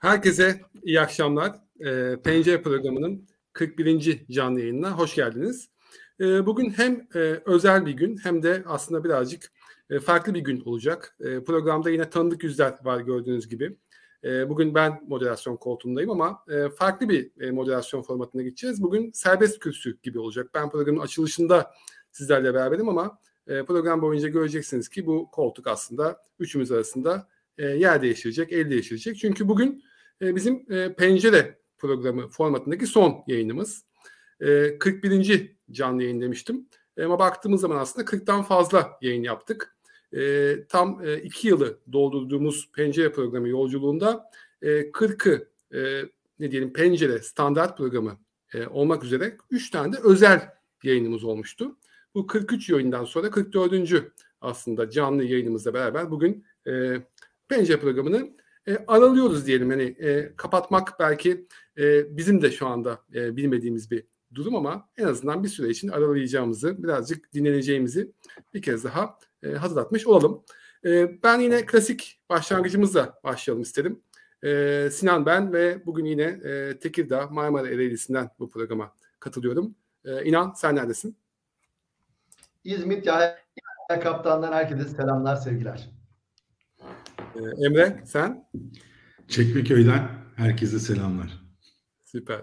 Herkese iyi akşamlar. Pencere programının 41. canlı yayınına hoş geldiniz. Bugün hem özel bir gün hem de aslında birazcık farklı bir gün olacak. Programda yine tanıdık yüzler var gördüğünüz gibi. Bugün ben moderasyon koltuğundayım ama farklı bir moderasyon formatına gideceğiz. Bugün serbest kürsü gibi olacak. Ben programın açılışında sizlerle beraberim ama program boyunca göreceksiniz ki bu koltuk aslında üçümüz arasında yer değiştirecek, el değiştirecek. Çünkü bugün bizim Pencere programı formatındaki son yayınımız. 41. canlı yayın demiştim. Ama baktığımız zaman aslında 40'tan fazla yayın yaptık. Tam 2 yılı doldurduğumuz Pencere programı yolculuğunda 40'ı ne diyelim Pencere standart programı olmak üzere 3 tane de özel yayınımız olmuştu. Bu 43 yayından sonra 44. aslında canlı yayınımızla beraber bugün Pencere programını aralıyoruz diyelim. Hani kapatmak belki bizim de şu anda bilmediğimiz bir durum ama en azından bir süre için aralayacağımızı, birazcık dinleneceğimizi bir kez daha hatırlatmış olalım. Ben yine klasik başlangıcımızla başlayalım isterim. Sinan ben ve bugün yine Tekirdağ Marmara Ereğlisi'nden bu programa katılıyorum. İnan sen neredesin? İzmit Yahya Kaptan'dan herkese selamlar, sevgiler. Emre sen? Çekmeköy'den herkese selamlar. Süper.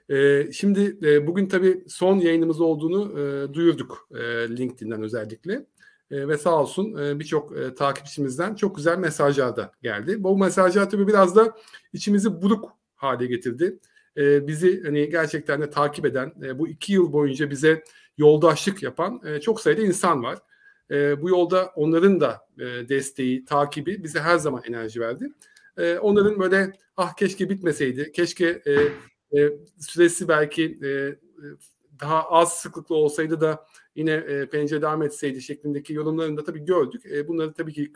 Şimdi bugün tabii son yayınımız olduğunu duyurduk LinkedIn'den özellikle. Ve sağ olsun birçok takipçimizden çok güzel mesajlar da geldi. Bu mesajlar tabii biraz da içimizi buruk hale getirdi. Bizi hani gerçekten de takip eden, bu 2 yıl boyunca bize yoldaşlık yapan çok sayıda insan var. Bu yolda onların da desteği, takibi bize her zaman enerji verdi. Onların böyle keşke bitmeseydi, keşke süresi belki daha az sıklıklı olsaydı da yine pencere devam etseydi şeklindeki yorumlarını da tabii gördük. Bunları tabii ki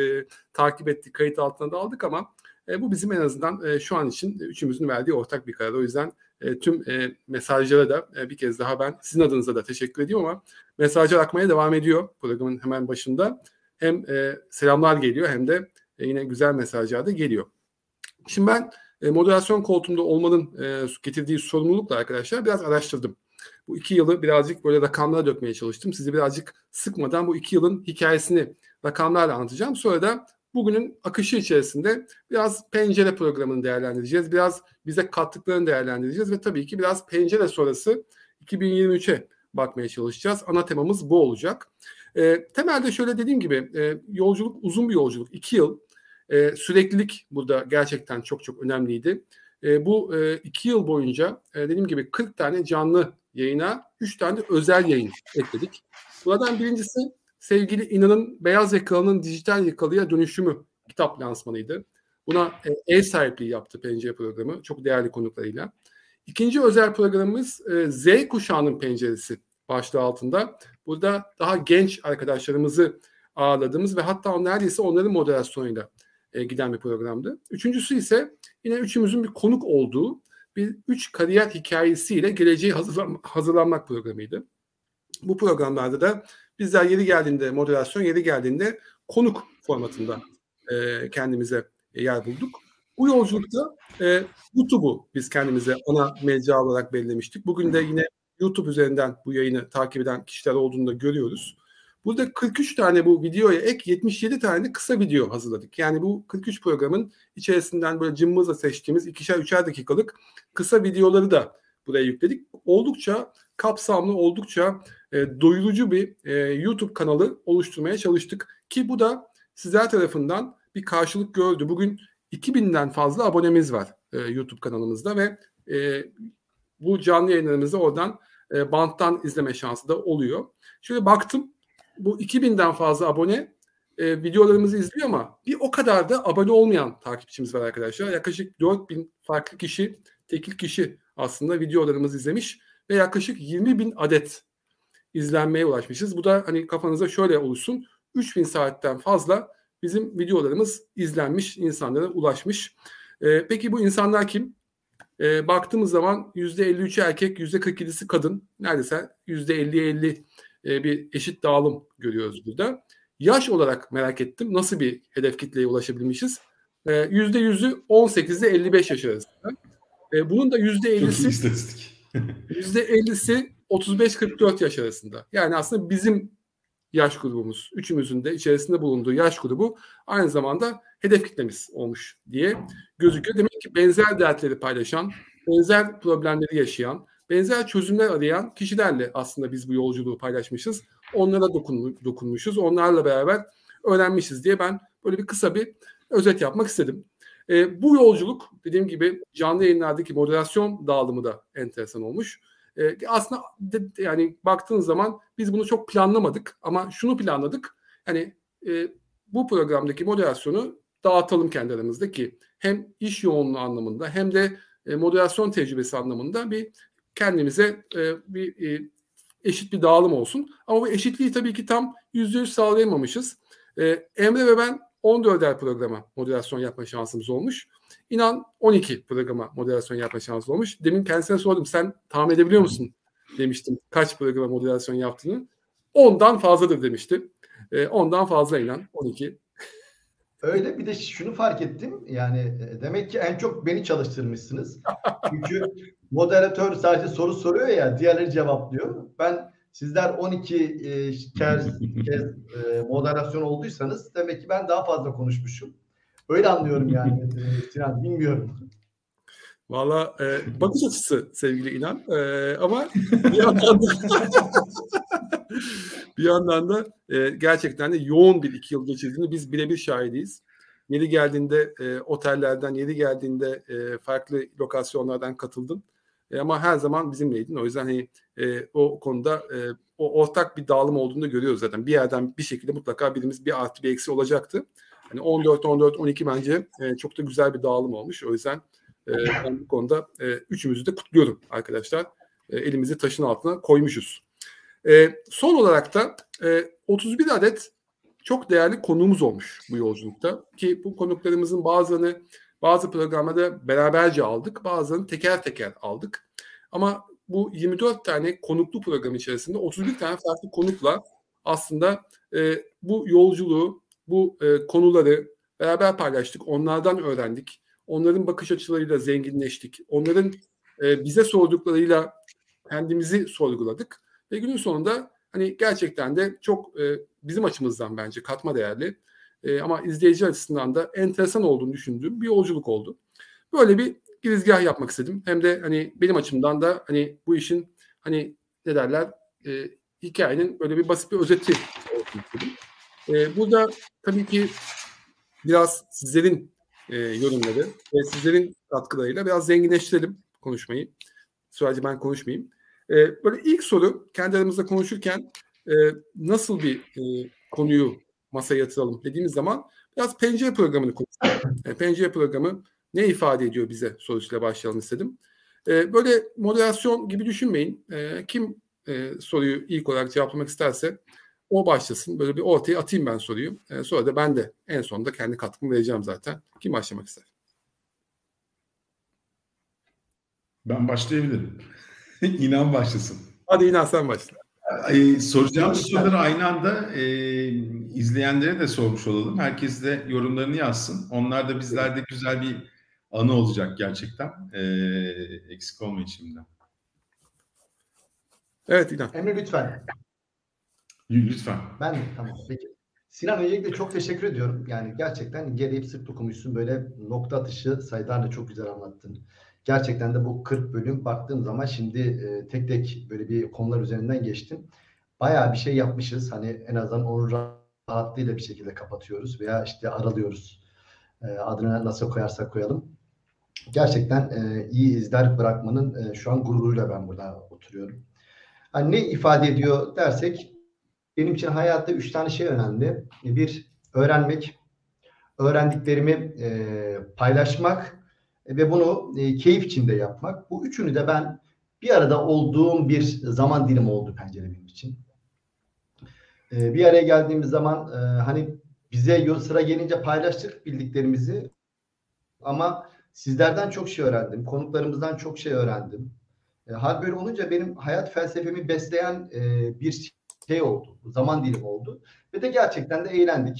takip ettik, kayıt altına da aldık ama bu bizim en azından şu an için üçümüzün verdiği ortak bir karar. O yüzden tüm mesajlara da bir kez daha ben sizin adınıza da teşekkür ediyorum ama mesajlar akmaya devam ediyor programın hemen başında. Hem selamlar geliyor hem de yine güzel mesajlar da geliyor. Şimdi ben moderasyon koltuğunda olmanın getirdiği sorumlulukla arkadaşlar biraz araştırdım. Bu 2 yılı birazcık böyle rakamlara dökmeye çalıştım. Sizi birazcık sıkmadan bu 2 yılın hikayesini rakamlarla anlatacağım. Sonra da bugünün akışı içerisinde biraz pencere programını değerlendireceğiz. Biraz bize kattıklarını değerlendireceğiz ve tabii ki biraz pencere sonrası 2023'e bakmaya çalışacağız. Ana temamız bu olacak. Temelde şöyle dediğim gibi yolculuk uzun bir yolculuk. 2 yıl. Süreklilik burada gerçekten çok çok önemliydi. Bu 2 yıl boyunca dediğim gibi 40 tane canlı yayına 3 tane de özel yayın ekledik. Buradan birincisi sevgili İnan'ın Beyaz Yakalı'nın dijital yakalıya dönüşümü kitap lansmanıydı. Buna ev sahipliği yaptı Pencere programı çok değerli konuklarıyla. İkinci özel programımız Z kuşağının penceresi başlığı altında. Burada daha genç arkadaşlarımızı ağırladığımız ve hatta neredeyse onların moderasyonuyla giden bir programdı. Üçüncüsü ise yine üçümüzün bir konuk olduğu bir 3 kariyer hikayesiyle geleceğe hazırlanmak programıydı. Bu programlarda da bizler yeri geldiğinde moderasyon, yeri geldiğinde konuk formatında kendimize yer bulduk. Bu yolculukta YouTube'u biz kendimize ana mecra olarak belirlemiştik. Bugün de yine YouTube üzerinden bu yayını takip eden kişiler olduğunu da görüyoruz. Burada 43 tane bu videoya ek 77 tane de kısa video hazırladık. Yani bu 43 programın içerisinden böyle cımbızla seçtiğimiz 2'şer 3'er dakikalık kısa videoları da buraya yükledik. Oldukça kapsamlı, oldukça doyurucu bir YouTube kanalı oluşturmaya çalıştık. Ki bu da sizler tarafından bir karşılık gördü. Bugün 2000'den fazla abonemiz var YouTube kanalımızda ve bu canlı yayınlarımızda oradan banttan izleme şansı da oluyor. Şöyle baktım. Bu 2000'den fazla abone videolarımızı izliyor ama bir o kadar da abone olmayan takipçimiz var arkadaşlar. Yaklaşık 4000 farklı kişi, tekil kişi aslında videolarımızı izlemiş ve yaklaşık 20.000 adet izlenmeye ulaşmışız. Bu da hani kafanıza şöyle oluşsun. 3000 saatten fazla bizim videolarımız izlenmiş, insanlara ulaşmış. Peki bu insanlar kim? Baktığımız zaman %53'ü erkek, %47'si kadın. Neredeyse %50'ye 50 bir eşit dağılım görüyoruz burada. Yaş olarak merak ettim. Nasıl bir hedef kitleye ulaşabilmişiz? %100'ü 18 ile 55 yaş arasında. Bunun da Çok iyi %50'si istatistik. %50'si 35-44 yaş arasında. Yani aslında bizim yaş grubumuz, üçümüzün de içerisinde bulunduğu yaş grubu aynı zamanda hedef kitlemiz olmuş diye gözüküyor. Demek ki benzer dertleri paylaşan, benzer problemleri yaşayan, benzer çözümler arayan kişilerle aslında biz bu yolculuğu paylaşmışız. Onlara dokunmuşuz, onlarla beraber öğrenmişiz diye ben böyle bir kısa bir özet yapmak istedim. Bu yolculuk dediğim gibi canlı yayınlardaki moderasyon dağılımı da enteresan olmuş. Aslında yani baktığın zaman biz bunu çok planlamadık ama şunu planladık. Hani bu programdaki moderasyonu dağıtalım kendi aramızda ki hem iş yoğunluğu anlamında hem de moderasyon tecrübesi anlamında bir kendimize eşit bir dağılım olsun. Ama bu eşitliği tabii ki tam %100 sağlayamamışız. Emre ve ben 14'er programa moderasyon yapma şansımız olmuş. İnan 12 programa moderasyon yapma şansı olmuş. Demin kendisine sordum. Sen tahmin edebiliyor musun? Demiştim. Kaç programa moderasyon yaptığını. 10'dan fazladır demişti. 10'dan fazla inan. 12. Öyle bir de şunu fark ettim. Yani demek ki en çok beni çalıştırmışsınız. Çünkü moderatör sadece soru soruyor ya, diğerleri cevaplıyor. Ben sizler 12 kez moderasyon olduysanız demek ki ben daha fazla konuşmuşum. Öyle anlıyorum yani Sinan, bilmiyorum. Valla bakış açısı sevgili İnan. Ama bir yandan da bir yandan da gerçekten de yoğun bir 2 yıl geçirdiğini biz birebir şahidiyiz. Yeri geldiğinde otellerden, yeri geldiğinde farklı lokasyonlardan katıldın. Ama her zaman bizimleydin. O yüzden hani, o konuda o ortak bir dağılım olduğunu da görüyoruz zaten. Bir yerden bir şekilde mutlaka birimiz bir artı bir eksi olacaktı. Hani 14-14-12 bence çok da güzel bir dağılım olmuş. O yüzden ben bu konuda üçümüzü de kutluyorum arkadaşlar. Elimizi taşın altına koymuşuz. Son olarak da 31 adet çok değerli konuğumuz olmuş bu yolculukta. Ki bu konuklarımızın bazılarını bazı programlarda beraberce aldık. Bazılarını teker teker aldık. Ama bu 24 tane konuklu program içerisinde 31 tane farklı konukla aslında bu yolculuğu, bu konuları beraber paylaştık. Onlardan öğrendik. Onların bakış açılarıyla zenginleştik. Onların bize sorduklarıyla kendimizi sorguladık. Ve günün sonunda hani gerçekten de çok bizim açımızdan bence katma değerli ama izleyici açısından da enteresan olduğunu düşündüğüm bir yolculuk oldu. Böyle bir girizgah yapmak istedim. Hem de hani benim açımdan da hani bu işin hani ne derler hikayenin böyle bir basit bir özeti olsun istedim. Burada tabii ki biraz sizlerin yorumları ve sizlerin katkılarıyla biraz zenginleştirelim konuşmayı. Sadece ben konuşmayayım. Böyle ilk soru kendi aramızda konuşurken nasıl bir konuyu masaya yatıralım dediğimiz zaman biraz pencere programını konuşalım. Pencere programı ne ifade ediyor bize sorusuyla başlayalım istedim. Böyle moderasyon gibi düşünmeyin. Kim soruyu ilk olarak cevaplamak isterse o başlasın. Böyle bir ortaya atayım ben soruyu. Sonra da ben de en sonunda kendi katkımı vereceğim zaten. Kim başlamak ister? Ben başlayabilirim. İnan başlasın. Hadi İnan sen başla. Soracağım soruları aynı anda izleyenlere de sormuş olalım. Herkes de yorumlarını yazsın. Onlar da bizlerde güzel bir anı olacak gerçekten. Eksik olmayın şimdiden. Evet İnan. Emre lütfen. Lütfen. Ben mi? Tamam. Peki. Sinan, öncelikle çok teşekkür ediyorum. Yani gerçekten inceleyip sık dokunmuşsun. Böyle nokta atışı sayılarla çok güzel anlattın. Gerçekten de bu 40 bölüm baktığım zaman şimdi tek tek böyle bir konular üzerinden geçtim. Bayağı bir şey yapmışız. Hani en azından onu rahatlığıyla bir şekilde kapatıyoruz veya işte aralıyoruz. Adını nasıl koyarsak koyalım. Gerçekten iyi izler bırakmanın şu an gururuyla ben burada oturuyorum. Hani ne ifade ediyor dersek, benim için hayatta 3 tane şey önemli. Bir, öğrenmek. Öğrendiklerimi paylaşmak ve bunu keyif içinde yapmak. Bu üçünü de ben bir arada olduğum bir zaman dilimi oldu pencere benim için. Bir araya geldiğimiz zaman hani bize sıra gelince paylaştık bildiklerimizi ama sizlerden çok şey öğrendim. Konuklarımızdan çok şey öğrendim. Hal böyle olunca benim hayat felsefemi besleyen bir şey oldu. Zaman dilimi oldu. Ve de gerçekten de eğlendik.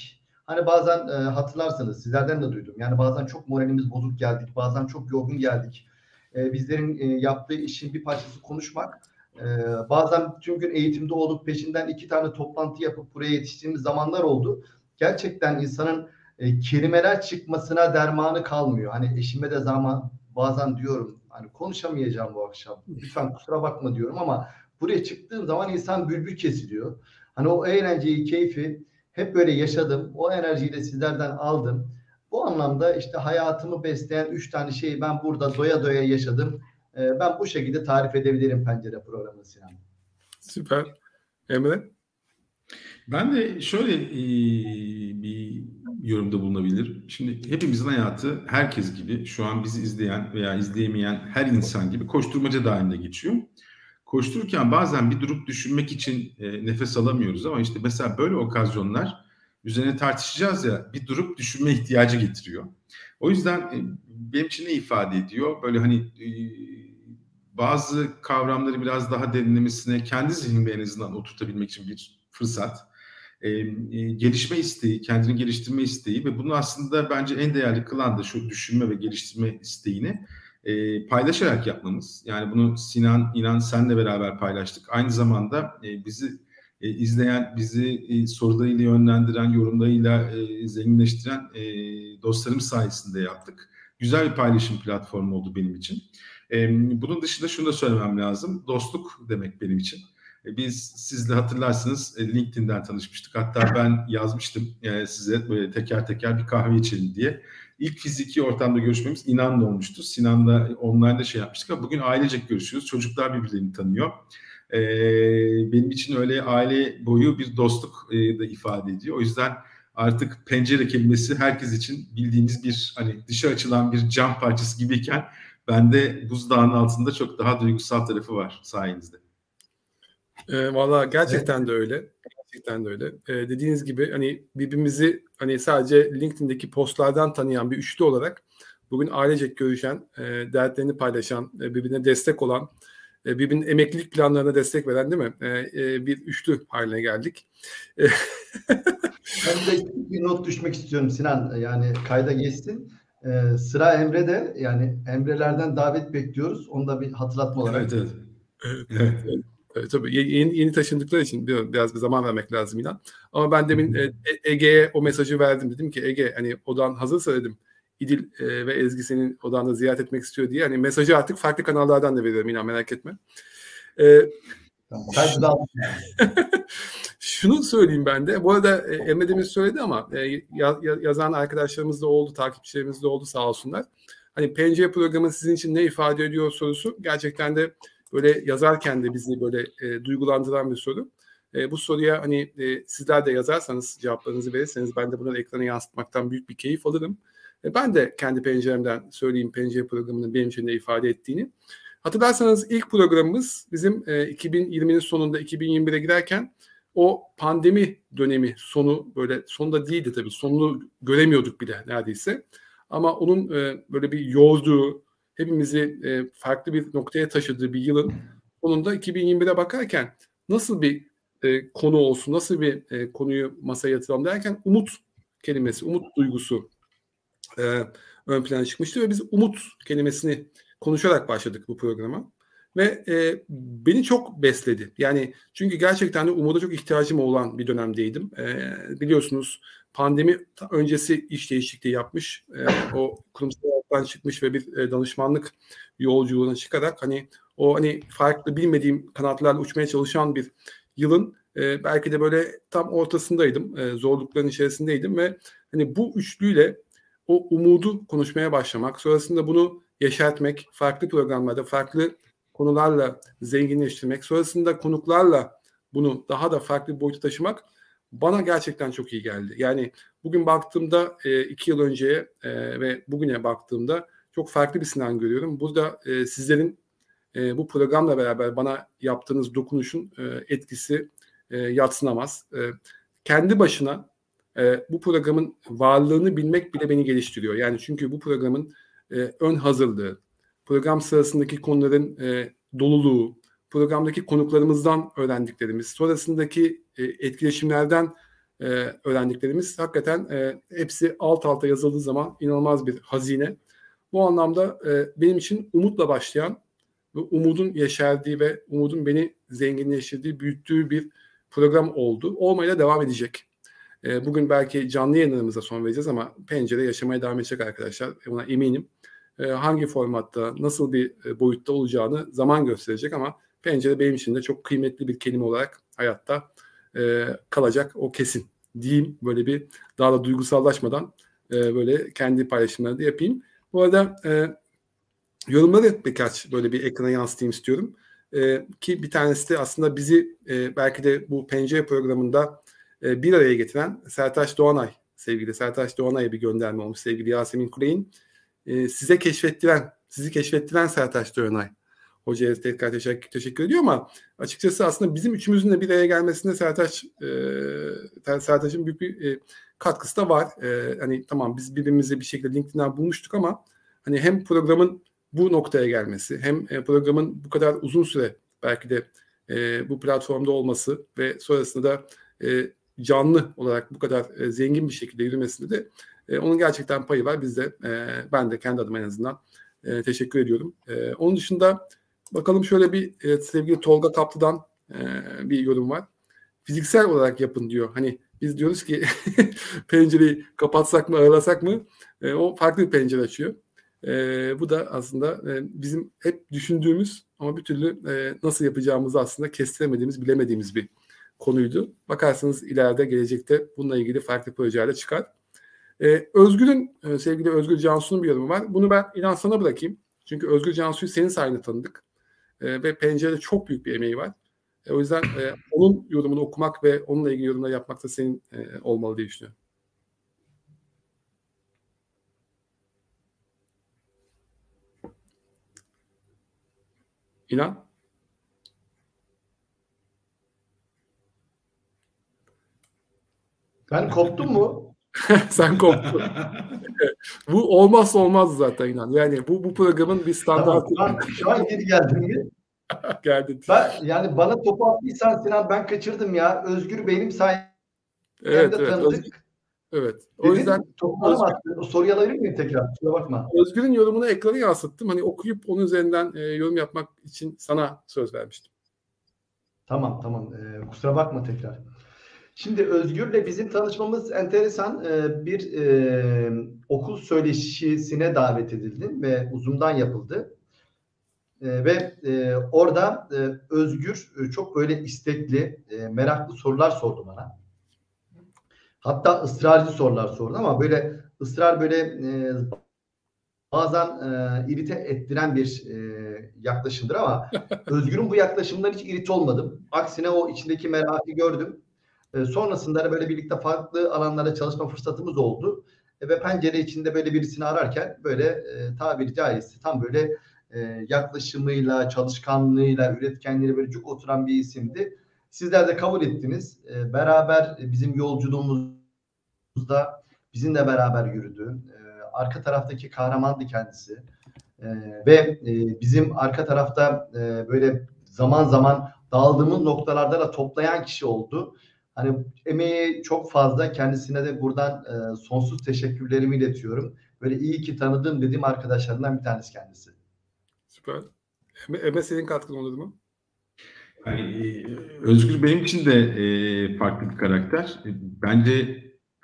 Hani bazen hatırlarsanız sizlerden de duydum. Yani bazen çok moralimiz bozuk geldik. Bazen çok yorgun geldik. Bizlerin yaptığı işin bir parçası konuşmak. Bazen tüm gün eğitimde olup peşinden 2 tane toplantı yapıp buraya yetiştiğimiz zamanlar oldu. Gerçekten insanın kelimeler çıkmasına dermanı kalmıyor. Hani eşime de bazen diyorum hani konuşamayacağım bu akşam. Lütfen kusura bakma diyorum ama buraya çıktığım zaman insan bülbül kesiliyor. Hani o eğlenceyi, keyfi hep böyle yaşadım. O enerjiyi de sizlerden aldım. Bu anlamda işte hayatımı besleyen 3 tane şeyi ben burada doya doya yaşadım. Ben bu şekilde tarif edebilirim Pencere programını Sinan. Süper. Emre? Ben de şöyle bir yorumda bulunabilirim. Şimdi hepimizin hayatı herkes gibi şu an bizi izleyen veya izleyemeyen her insan gibi koşturmaca dahilinde geçiyor. Koştururken bazen bir durup düşünmek için nefes alamıyoruz ama işte mesela böyle okazyonlar üzerine tartışacağız ya bir durup düşünme ihtiyacı getiriyor. O yüzden benim için ne ifade ediyor? Böyle hani bazı kavramları biraz daha derinlemesine kendi zihnimde en azından oturtabilmek için bir fırsat. Gelişme isteği, kendini geliştirme isteği ve bunu aslında bence en değerli kılan da şu düşünme ve geliştirme isteğini paylaşarak yapmamız. Yani bunu Sinan, İnan senle beraber paylaştık. Aynı zamanda bizi izleyen, bizi sorularıyla yönlendiren, yorumlarıyla zenginleştiren dostlarımız sayesinde yaptık. Güzel bir paylaşım platformu oldu benim için. Bunun dışında şunu da söylemem lazım. Dostluk demek benim için. Biz sizle hatırlarsınız LinkedIn'den tanışmıştık. Hatta ben yazmıştım size böyle teker teker bir kahve içelim diye. İlk fiziki ortamda görüşmemiz İnan'la olmuştu. Sinan'la online'da şey yapmıştık ama bugün ailecek görüşüyoruz. Çocuklar birbirlerini tanıyor. Benim için öyle aile boyu bir dostluk da ifade ediyor. O yüzden artık pencere kelimesi herkes için bildiğimiz bir hani dışa açılan bir cam parçası gibiyken bende buzdağının altında çok daha duygusal tarafı var sayenizde. Valla gerçekten de öyle. Gerçekten de öyle. Dediğiniz gibi hani birbirimizi hani sadece LinkedIn'deki postlardan tanıyan bir üçlü olarak bugün ailecek görüşen, dertlerini paylaşan, birbirine destek olan, birbirinin emeklilik planlarına destek veren değil mi? Bir üçlü haline geldik. Ben de bir not düşmek istiyorum Sinan. Yani kayda geçsin. Sıra Emre'de. Yani Emre'lerden davet bekliyoruz. Onu da bir hatırlatma olarak. Evet. Tabii yeni taşındıkları için biraz bir zaman vermek lazım inan. Ama ben demin Ege'ye o mesajı verdim. Dedim ki Ege hani odan hazırsa dedim İdil ve Ezgi senin odanda ziyaret etmek istiyor diye. Hani mesajı artık farklı kanallardan da veriyorum inan merak etme. Tamam. Şunu söyleyeyim ben de. Bu arada Emre demin söyledi ama yazan arkadaşlarımız da oldu, takipçilerimiz de oldu sağ olsunlar. Hani Pencere programı sizin için ne ifade ediyor sorusu gerçekten de böyle yazarken de bizi böyle duygulandıran bir soru. Bu soruya hani sizler de yazarsanız cevaplarınızı verirseniz ben de bunları ekrana yansıtmaktan büyük bir keyif alırım. Ben de kendi penceremden söyleyeyim Pencere programının benim için de ifade ettiğini. Hatırlarsanız ilk programımız bizim 2020'nin sonunda 2021'e girerken o pandemi dönemi sonu böyle sonunda değildi tabii. Sonunu göremiyorduk bile neredeyse. Ama onun böyle bir yorduğu, hepimizi farklı bir noktaya taşıdığı bir yılın sonunda 2021'e bakarken nasıl bir konu olsun, nasıl bir konuyu masaya yatıralım derken umut kelimesi, umut duygusu ön plana çıkmıştı ve biz umut kelimesini konuşarak başladık bu programa. Ve beni çok besledi. Yani çünkü gerçekten de umuda çok ihtiyacım olan bir dönemdeydim. Biliyorsunuz pandemi öncesi iş değişikliği yapmış. O kurumsal hayattan çıkmış ve bir danışmanlık yolculuğuna çıkarak hani o hani farklı bilmediğim kanatlarla uçmaya çalışan bir yılın belki de böyle tam ortasındaydım. Zorlukların içerisindeydim ve hani bu üçlüyle o umudu konuşmaya başlamak, sonrasında bunu yeşertmek, farklı programlarda, farklı konularla zenginleştirmek, sonrasında konuklarla bunu daha da farklı bir boyuta taşımak bana gerçekten çok iyi geldi. Yani bugün baktığımda 2 yıl önceye ve bugüne baktığımda çok farklı bir Sinan görüyorum. Burada sizlerin bu programla beraber bana yaptığınız dokunuşun etkisi yadsınamaz. Kendi başına bu programın varlığını bilmek bile beni geliştiriyor. Yani çünkü bu programın ön hazırlığı, program sırasındaki konuların doluluğu, programdaki konuklarımızdan öğrendiklerimiz, sonrasındaki etkileşimlerden öğrendiklerimiz hakikaten hepsi alt alta yazıldığı zaman inanılmaz bir hazine. Bu anlamda benim için umutla başlayan ve umudun yeşerdiği ve umudun beni zenginleştirdiği, büyüttüğü bir program oldu. Olmaya da devam edecek. Bugün belki canlı yayınlarımıza son vereceğiz ama Pencere yaşamaya devam edecek arkadaşlar. Buna eminim. Hangi formatta, nasıl bir boyutta olacağını zaman gösterecek ama Pencere benim için de çok kıymetli bir kelime olarak hayatta kalacak. O kesin diyeyim, böyle bir daha da duygusallaşmadan böyle kendi paylaşımlarını da yapayım. Bu arada yorumları birkaç böyle bir ekrana yansıtayım istiyorum. Ki bir tanesi de aslında bizi belki de bu Pencere programında bir araya getiren Sertaç Doğanay, sevgili Sertaç Doğanay'a bir gönderme olmuş sevgili Yasemin Kuley'in. Sizi keşfettiren Sertaç Doğanay. Hocaya tekrar teşekkür ediyor ama açıkçası aslında bizim üçümüzün de bir araya gelmesinde Sertaç'ın büyük bir katkısı da var. Hani tamam biz birbirimizi bir şekilde LinkedIn'den bulmuştuk ama hani hem programın bu noktaya gelmesi hem programın bu kadar uzun süre belki de bu platformda olması ve sonrasında da canlı olarak bu kadar zengin bir şekilde yürümesinde de onun gerçekten payı var. Biz de ben de kendi adıma en azından teşekkür ediyorum. Onun dışında bakalım şöyle bir sevgili Tolga Kaplı'dan bir yorum var. Fiziksel olarak yapın diyor. Hani biz diyoruz ki pencereyi kapatsak mı aralasak mı? O farklı bir pencere açıyor. Bu da aslında bizim hep düşündüğümüz ama bir türlü nasıl yapacağımızı aslında kestiremediğimiz, bilemediğimiz bir konuydu. Bakarsanız ileride gelecekte bununla ilgili farklı projeler çıkar. Özgür'ün, sevgili Özgür Cansu'nun bir yorumu var. Bunu ben İlhan sana bırakayım. Çünkü Özgür Cansu'yu senin sayende tanıdık. Ve Pencere'de çok büyük bir emeği var. O yüzden onun yorumunu okumak ve onunla ilgili yorumlar yapmak da senin olmalı diye düşünüyorum. İlhan? Ben koptum mu? Sen koptun. Bu olmazsa olmaz zaten İlhan. Yani bu programın bir standartı. Tamam, şu an geri geldim mi? Geldi. Yani bana topu attıysan Sinan ben kaçırdım ya. Özgür benim sayemde Evet. tanıdık. Evet. O yüzden topu bana mı attın? O soruyu alabilir miyim tekrar? Kusura bakma. Özgür'ün yorumunu ekrana yansıttım. Hani okuyup onun üzerinden yorum yapmak için sana söz vermiştim. Tamam. Kusura bakma tekrar. Şimdi Özgür'le bizim tanışmamız enteresan. Bir okul söyleşisine davet edildim ve Zoom'dan yapıldı. Ve orada Özgür çok böyle istekli, meraklı sorular sordu bana. Hatta ısrarcı sorular sordu ama böyle ısrar böyle bazen irite ettiren bir yaklaşımdır ama Özgür'ün bu yaklaşımından hiç irite olmadım. Aksine o içindeki merakı gördüm. Sonrasında da böyle birlikte farklı alanlarda çalışma fırsatımız oldu. Ve pencere içinde böyle birisini ararken böyle tabiri caizse tam böyle yaklaşımıyla, çalışkanlığıyla, üretkenliğiyle böyle cuk oturan bir isimdi. Sizler de kabul ettiniz. Beraber bizim yolculuğumuzda bizimle beraber yürüdü. Arka taraftaki kahramandı kendisi. Ve bizim arka tarafta böyle zaman zaman dağıldığımız noktalarda da toplayan kişi oldu. Hani emeği çok fazla, kendisine de buradan sonsuz teşekkürlerimi iletiyorum. Böyle iyi ki tanıdığım dediğim arkadaşlarımdan bir tanesi kendisi. Süper. Emre senin katkın olur mu? Yani, Özgür benim için de farklı bir karakter. Bence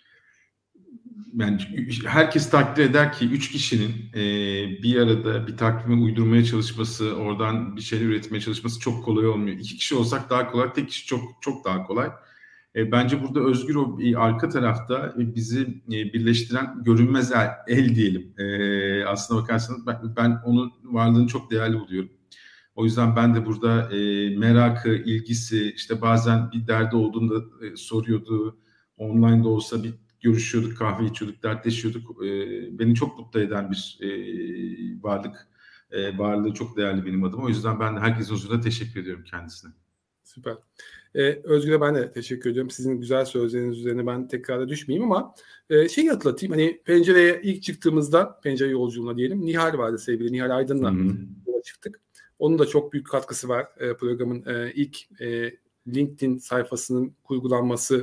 yani herkes takdir eder ki 3 kişinin bir arada bir takvime uydurmaya çalışması, oradan bir şeyler üretmeye çalışması çok kolay olmuyor. 2 kişi olsak daha kolay, tek kişi çok daha kolay. Bence burada Özgür o arka tarafta bizi birleştiren görünmez el diyelim. Aslına bakarsanız ben onun varlığını çok değerli buluyorum. O yüzden ben de burada merakı, ilgisi, işte bazen bir derdi olduğunda soruyordu. Online de olsa bir görüşüyorduk, kahve içiyorduk, dertleşiyorduk. Beni çok mutlu eden bir varlık. Varlığı çok değerli benim adıma. O yüzden ben de herkesin huzurunda teşekkür ediyorum kendisine. Süper. Özgür'e ben de teşekkür ediyorum. Sizin güzel sözleriniz üzerine ben tekrara düşmeyeyim ama şeyi hatırlatayım. Hani pencereye ilk çıktığımızda, pencere yolculuğuna diyelim, Nihal vardı, sevgili Nihal Aydın'la yola çıktık. Onun da çok büyük katkısı var. Programın ilk LinkedIn sayfasının kurgulanması,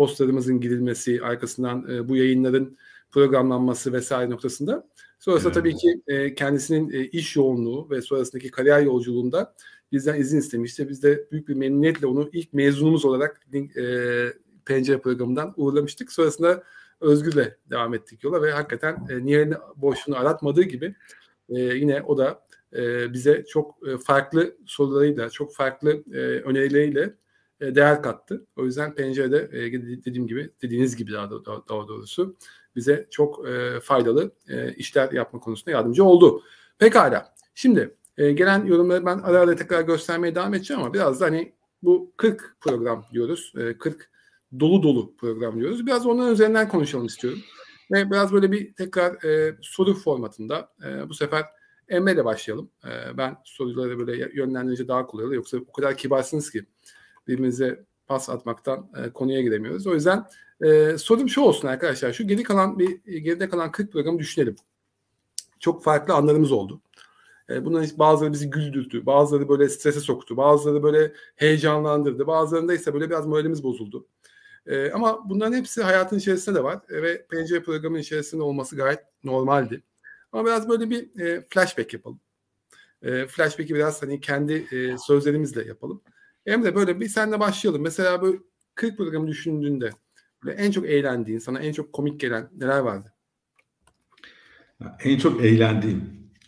postlarımızın girilmesi, arkasından bu yayınların programlanması vesaire noktasında. Sonrasında tabii ki kendisinin iş yoğunluğu ve sonrasındaki kariyer yolculuğunda bizden izin istemişti. Biz de büyük bir memnuniyetle onu ilk mezunumuz olarak Pencere programından uğurlamıştık. Sonrasında Özgür'le devam ettik yola ve hakikaten Nihal'in boşluğunu aratmadığı gibi yine o da bize çok farklı sorularıyla, çok farklı önerileriyle değer kattı. O yüzden Pencere'de dediğiniz gibi daha doğrusu bize çok faydalı işler yapma konusunda yardımcı oldu. Pekala. Şimdi gelen yorumları ben ara ara tekrar göstermeye devam edeceğim ama biraz da hani bu 40 program diyoruz. 40 dolu program diyoruz. Biraz onların üzerinden konuşalım istiyorum. Ve biraz böyle bir tekrar soru formatında bu sefer Emre'yle başlayalım. Ben soruları böyle yönlendirince daha kolay oluyor. Yoksa o kadar kibarsınız ki birbirimize pas atmaktan konuya giremiyoruz. O yüzden sorum şu olsun arkadaşlar. Şu geride kalan 40 programı düşünelim. Çok farklı anlarımız oldu. Bunların bazıları bizi güldürdü, bazıları böyle strese soktu, bazıları böyle heyecanlandırdı, bazılarında ise böyle biraz moralimiz bozuldu. Ama bunların hepsi hayatın içerisinde de var ve Pencere programının içerisinde olması gayet normaldi. Ama biraz böyle bir flashback yapalım. Flashback'i biraz hani kendi sözlerimizle yapalım. Emre böyle bir senle başlayalım. Mesela böyle 40 programı düşündüğünde böyle en çok eğlendiğin, sana en çok komik gelen neler vardı? En çok eğlendiğim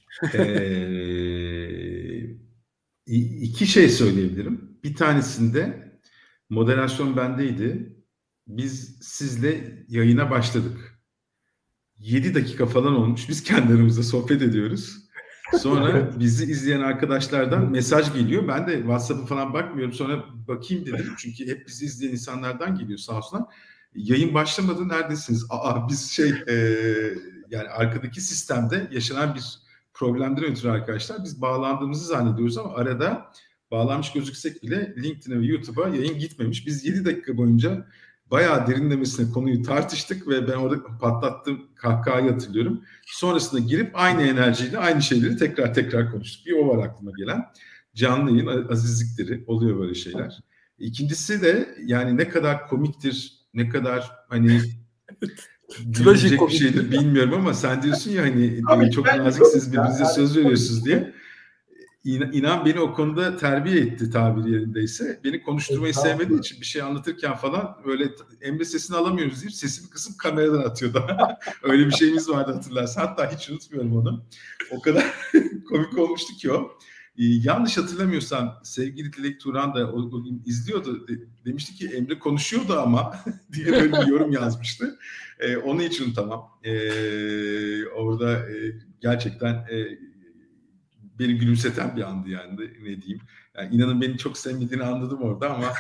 iki şey söyleyebilirim. Bir tanesinde moderasyon bendeydi. Biz sizle yayına başladık. 7 dakika falan olmuş. Biz kendi aramızda sohbet ediyoruz. Sonra bizi izleyen arkadaşlardan mesaj geliyor. Ben de WhatsApp'a falan bakmıyorum. Sonra bakayım dedim. Çünkü hep bizi izleyen insanlardan geliyor sağ olsunlar. Yayın başlamadı, neredesiniz? Biz yani arkadaki sistemde yaşanan bir problemden ötürü arkadaşlar biz bağlandığımızı zannediyoruz ama arada bağlanmış gözüksek bile LinkedIn'e ve YouTube'a yayın gitmemiş. Biz 7 dakika boyunca bayağı derinlemesine konuyu tartıştık ve ben orada patlattığım kahkahayı hatırlıyorum. Sonrasında girip aynı enerjiyle aynı şeyleri tekrar konuştuk. Bir o var aklıma gelen. Canlı yayın azizlikleri, oluyor böyle şeyler. İkincisi de yani ne kadar komiktir, ne kadar hani gülünecek bir şeydir bilmiyorum ama sen diyorsun ya hani çok naziksiniz, birbirinize söz veriyorsunuz diye. İnan beni o konuda terbiye etti tabiri yerindeyse. Beni konuşturmayı sevmediği için bir şey anlatırken falan böyle Emre sesini alamıyoruz deyip sesimi kısıp kameradan atıyordu. Öyle bir şeyimiz vardı hatırlarsın. Hatta hiç unutmuyorum onu. O kadar komik olmuştu ki o. Yanlış hatırlamıyorsam sevgili Dilek Turan da o gün izliyordu. Demişti ki Emre konuşuyordu ama diye böyle bir yorum yazmıştı. Onu hiç unutamam. Orada gerçekten beni gülümseten bir andı yani ne diyeyim. Yani inanın beni çok sevmediğini anladım orada ama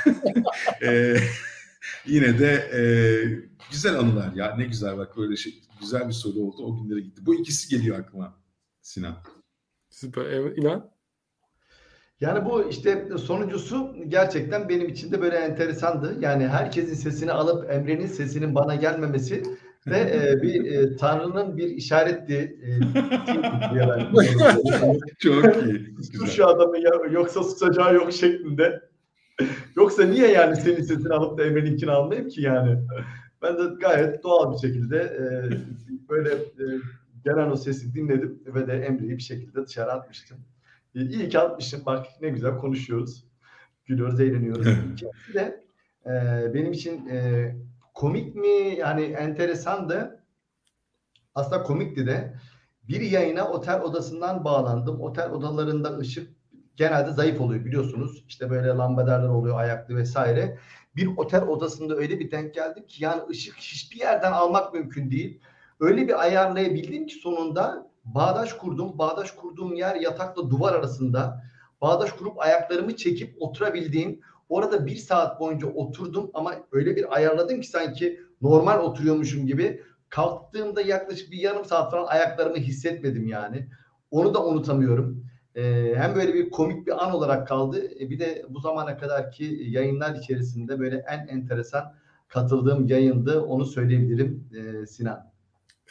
yine de güzel anılar ya. Ne güzel bak böyle güzel bir soru oldu. O günlere gitti. Bu ikisi geliyor aklıma Sinan. Süper. İnan? Yani bu işte sonuncusu gerçekten benim için de böyle enteresandı. Yani herkesin sesini alıp Emre'nin sesinin bana gelmemesi ve bir Tanrı'nın bir işaretti. Çok iyi. Sus şu adamı ya, yoksa susacağı yok şeklinde. Yoksa niye yani senin sesini alıp da Emre'ninkini almayayım ki yani? Ben de gayet doğal bir şekilde böyle gelen o sesi dinledim ve de Emre'yi bir şekilde dışarı atmıştım. İyi ki atmışım. Bak ne güzel konuşuyoruz. Gülüyoruz, eğleniyoruz. İkincisi de benim için komik mi yani enteresandı. Aslında komikti de. Bir yayına otel odasından bağlandım. Otel odalarında ışık genelde zayıf oluyor biliyorsunuz. İşte böyle lambaderler oluyor ayaklı vesaire. Bir otel odasında öyle bir denk geldim ki yani ışık hiçbir yerden almak mümkün değil. Öyle bir ayarlayabildim ki sonunda bağdaş kurdum. Bağdaş kurduğum yer yatakla duvar arasında. Bağdaş kurup ayaklarımı çekip oturabildiğim. Orada 1 saat boyunca oturdum ama öyle bir ayarladım ki sanki normal oturuyormuşum gibi. Kalktığımda yaklaşık bir yarım saat falan ayaklarımı hissetmedim yani. Onu da unutamıyorum. Hem böyle bir komik bir an olarak kaldı. Bir de bu zamana kadarki yayınlar içerisinde böyle en enteresan katıldığım yayındı. Onu söyleyebilirim Sinan.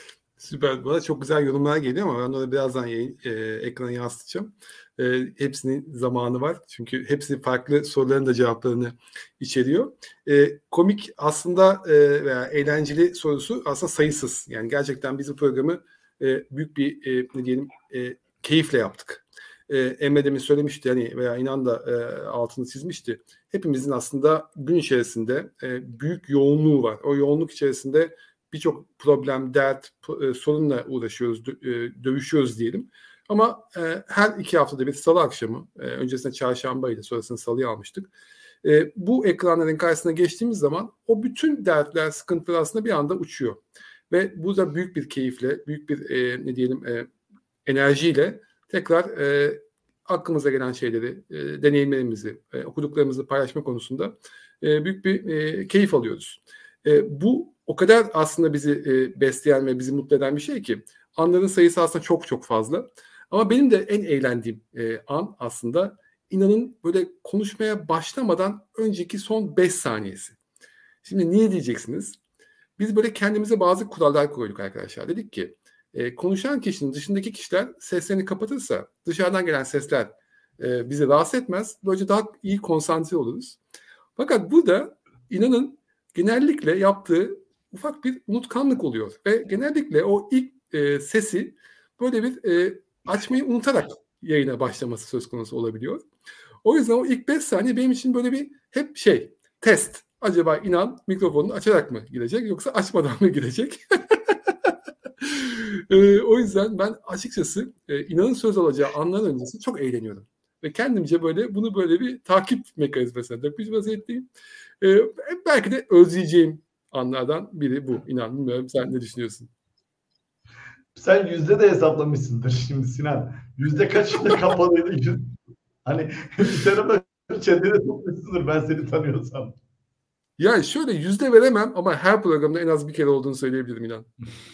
Süper. Bana çok güzel yorumlar geliyor ama ben onu birazdan ekrana yansıtacağım. Hepsinin zamanı var. Çünkü hepsi farklı soruların da cevaplarını içeriyor. Komik aslında veya eğlenceli sorusu aslında sayısız. Yani gerçekten biz bu programı büyük bir ne diyelim keyifle yaptık. Emre demin söylemişti hani veya İnan da altını çizmişti. Hepimizin aslında gün içerisinde büyük yoğunluğu var. O yoğunluk içerisinde birçok problem, dert, sorunla uğraşıyoruz, dövüşüyoruz diyelim. Ama her 2 haftada bir salı akşamı, öncesinde çarşambaydı, sonrasında salıya almıştık. Bu ekranların karşısına geçtiğimiz zaman o bütün dertler, sıkıntılar aslında bir anda uçuyor. Ve bu da büyük bir keyifle, büyük bir ne diyelim enerjiyle tekrar aklımıza gelen şeyleri, deneyimlerimizi, okuduklarımızı paylaşma konusunda büyük bir keyif alıyoruz. Bu o kadar aslında bizi besleyen ve bizi mutlu eden bir şey ki anların sayısı aslında çok çok fazla. Ama benim de en eğlendiğim an aslında İnan'ın böyle konuşmaya başlamadan önceki son 5 saniyesi. Şimdi niye diyeceksiniz? Biz böyle kendimize bazı kurallar koyduk arkadaşlar. Dedik ki konuşan kişinin dışındaki kişiler seslerini kapatırsa dışarıdan gelen sesler bizi rahatsız etmez. Böylece daha iyi konsantre oluruz. Fakat burada İnan'ın genellikle yaptığı ufak bir unutkanlık oluyor. Ve genellikle o ilk sesi böyle bir açmayı unutarak yayına başlaması söz konusu olabiliyor. O yüzden o ilk 5 saniye benim için böyle bir hep test. Acaba İnan mikrofonunu açarak mı girecek yoksa açmadan mı girecek? O yüzden ben açıkçası İnan'ın söz alacağı anlar öncesi çok eğleniyorum. Ve kendimce bunu böyle bir takip mekanizmasına dökmüş vaziyetteyim. Belki de özleyeceğim anlardan biri bu. İnan, bilmiyorum sen ne düşünüyorsun? Sen yüzde de hesaplamışsındır şimdi Sinan. Yüzde kaçında kapalıydı? Hani bir tarafa çendene sokmuşsundur ben seni tanıyorsam. Yani şöyle yüzde veremem ama her programda en az bir kere olduğunu söyleyebilirim İnan.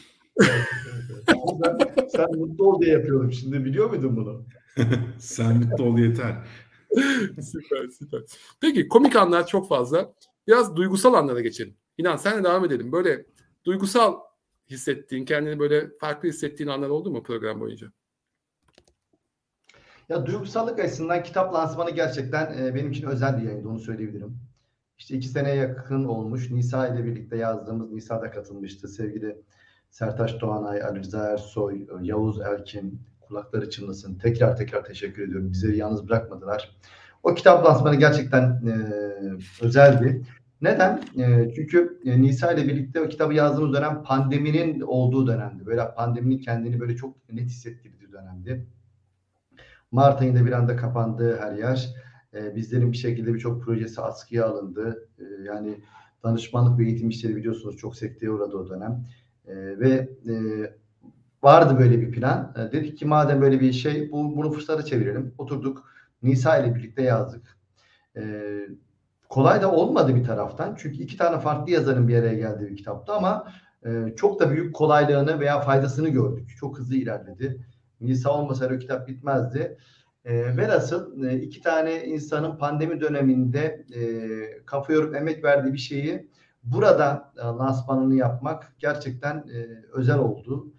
Sen mutlu ol diye yapıyorum şimdi. Biliyor muydun bunu? Sen mutlu ol yeter. Süper. Peki komik anlar çok fazla. Biraz duygusal anlara geçelim. İnan senle devam edelim. Böyle duygusal hissettiğin, kendini böyle farklı hissettiğin anlar oldu mu program boyunca? Ya duygusallık açısından kitap lansmanı gerçekten benim için özel bir yayındı, onu söyleyebilirim. İşte 2 seneye yakın olmuş. Nisa ile birlikte yazdığımız, Nisa da katılmıştı. Sevgili Sertaç Doğanay, Ali Rıza Ersoy, Yavuz Erkin, kulakları çınlasın. Tekrar teşekkür ediyorum. Bizleri yalnız bırakmadılar. O kitap lansmanı gerçekten özeldi. Neden? Çünkü Nisa ile birlikte o kitabı yazdığımız dönem pandeminin olduğu dönemdi. Böyle pandeminin kendini böyle çok net hissettirdiği dönemdi. Mart ayında bir anda kapandı her yer. Bizlerin bir şekilde birçok projesi askıya alındı. Yani danışmanlık ve eğitim işleri biliyorsunuz çok sekteye uğradı o dönem. Ve vardı böyle bir plan. Dedik ki madem böyle bir şey bunu fırsata çevirelim. Oturduk. Nisa ile birlikte yazdık. Kolay da olmadı bir taraftan. Çünkü 2 tane farklı yazarın bir araya geldiği bir kitaptı ama çok da büyük kolaylığını veya faydasını gördük. Çok hızlı ilerledi. Nisa olmasaydı o kitap bitmezdi. Velhasıl 2 tane insanın pandemi döneminde kafa yorup emek verdiği bir şeyi burada lansmanını yapmak gerçekten özel oldu.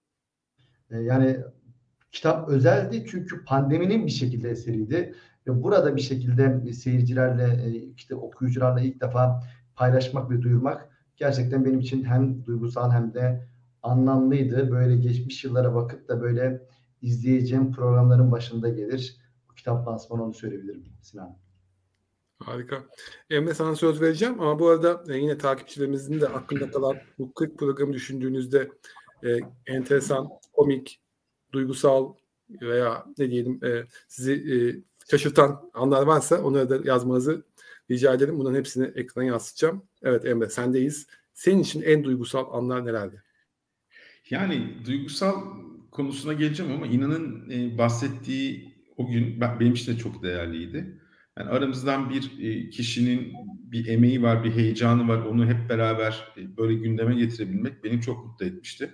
Yani kitap özeldi çünkü pandeminin bir şekilde eseriydi. Ve burada bir şekilde seyircilerle, işte okuyucularla ilk defa paylaşmak ve duyurmak gerçekten benim için hem duygusal hem de anlamlıydı. Böyle geçmiş yıllara bakıp da böyle izleyeceğim programların başında gelir. Bu kitap lansmanı, onu söyleyebilirim Sinan. Harika. Emre sana söz vereceğim ama bu arada yine takipçilerimizin de aklında kalan bu 40 programı düşündüğünüzde enteresan, komik, duygusal veya ne diyelim sizi şaşırtan anlar varsa onları da yazmanızı rica ederim. Bunların hepsini ekrana yansıtacağım. Evet Emre sendeyiz. Senin için en duygusal anlar nelerdi? Yani duygusal konusuna geleceğim ama İnan'ın bahsettiği o gün benim için de çok değerliydi. Yani aramızdan bir kişinin bir emeği var, bir heyecanı var. Onu hep beraber böyle gündeme getirebilmek beni çok mutlu etmişti.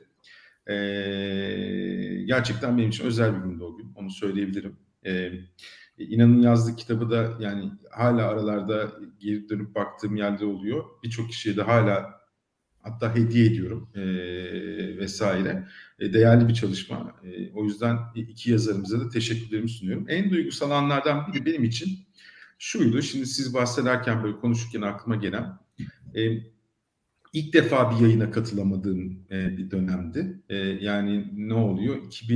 Gerçekten benim için özel bir gündü o gün. Onu söyleyebilirim. İnan'ın yazdığı kitabı da yani hala aralarda geri dönüp baktığım yerler oluyor. Birçok kişiye de hala hatta hediye ediyorum vesaire. Değerli bir çalışma. O yüzden iki yazarımıza da teşekkürlerimi sunuyorum. En duygusal anlardan biri benim için şuydu. Şimdi siz bahsederken böyle konuşurken aklıma gelen ilk defa bir yayına katılamadığım bir dönemdi. Yani ne oluyor?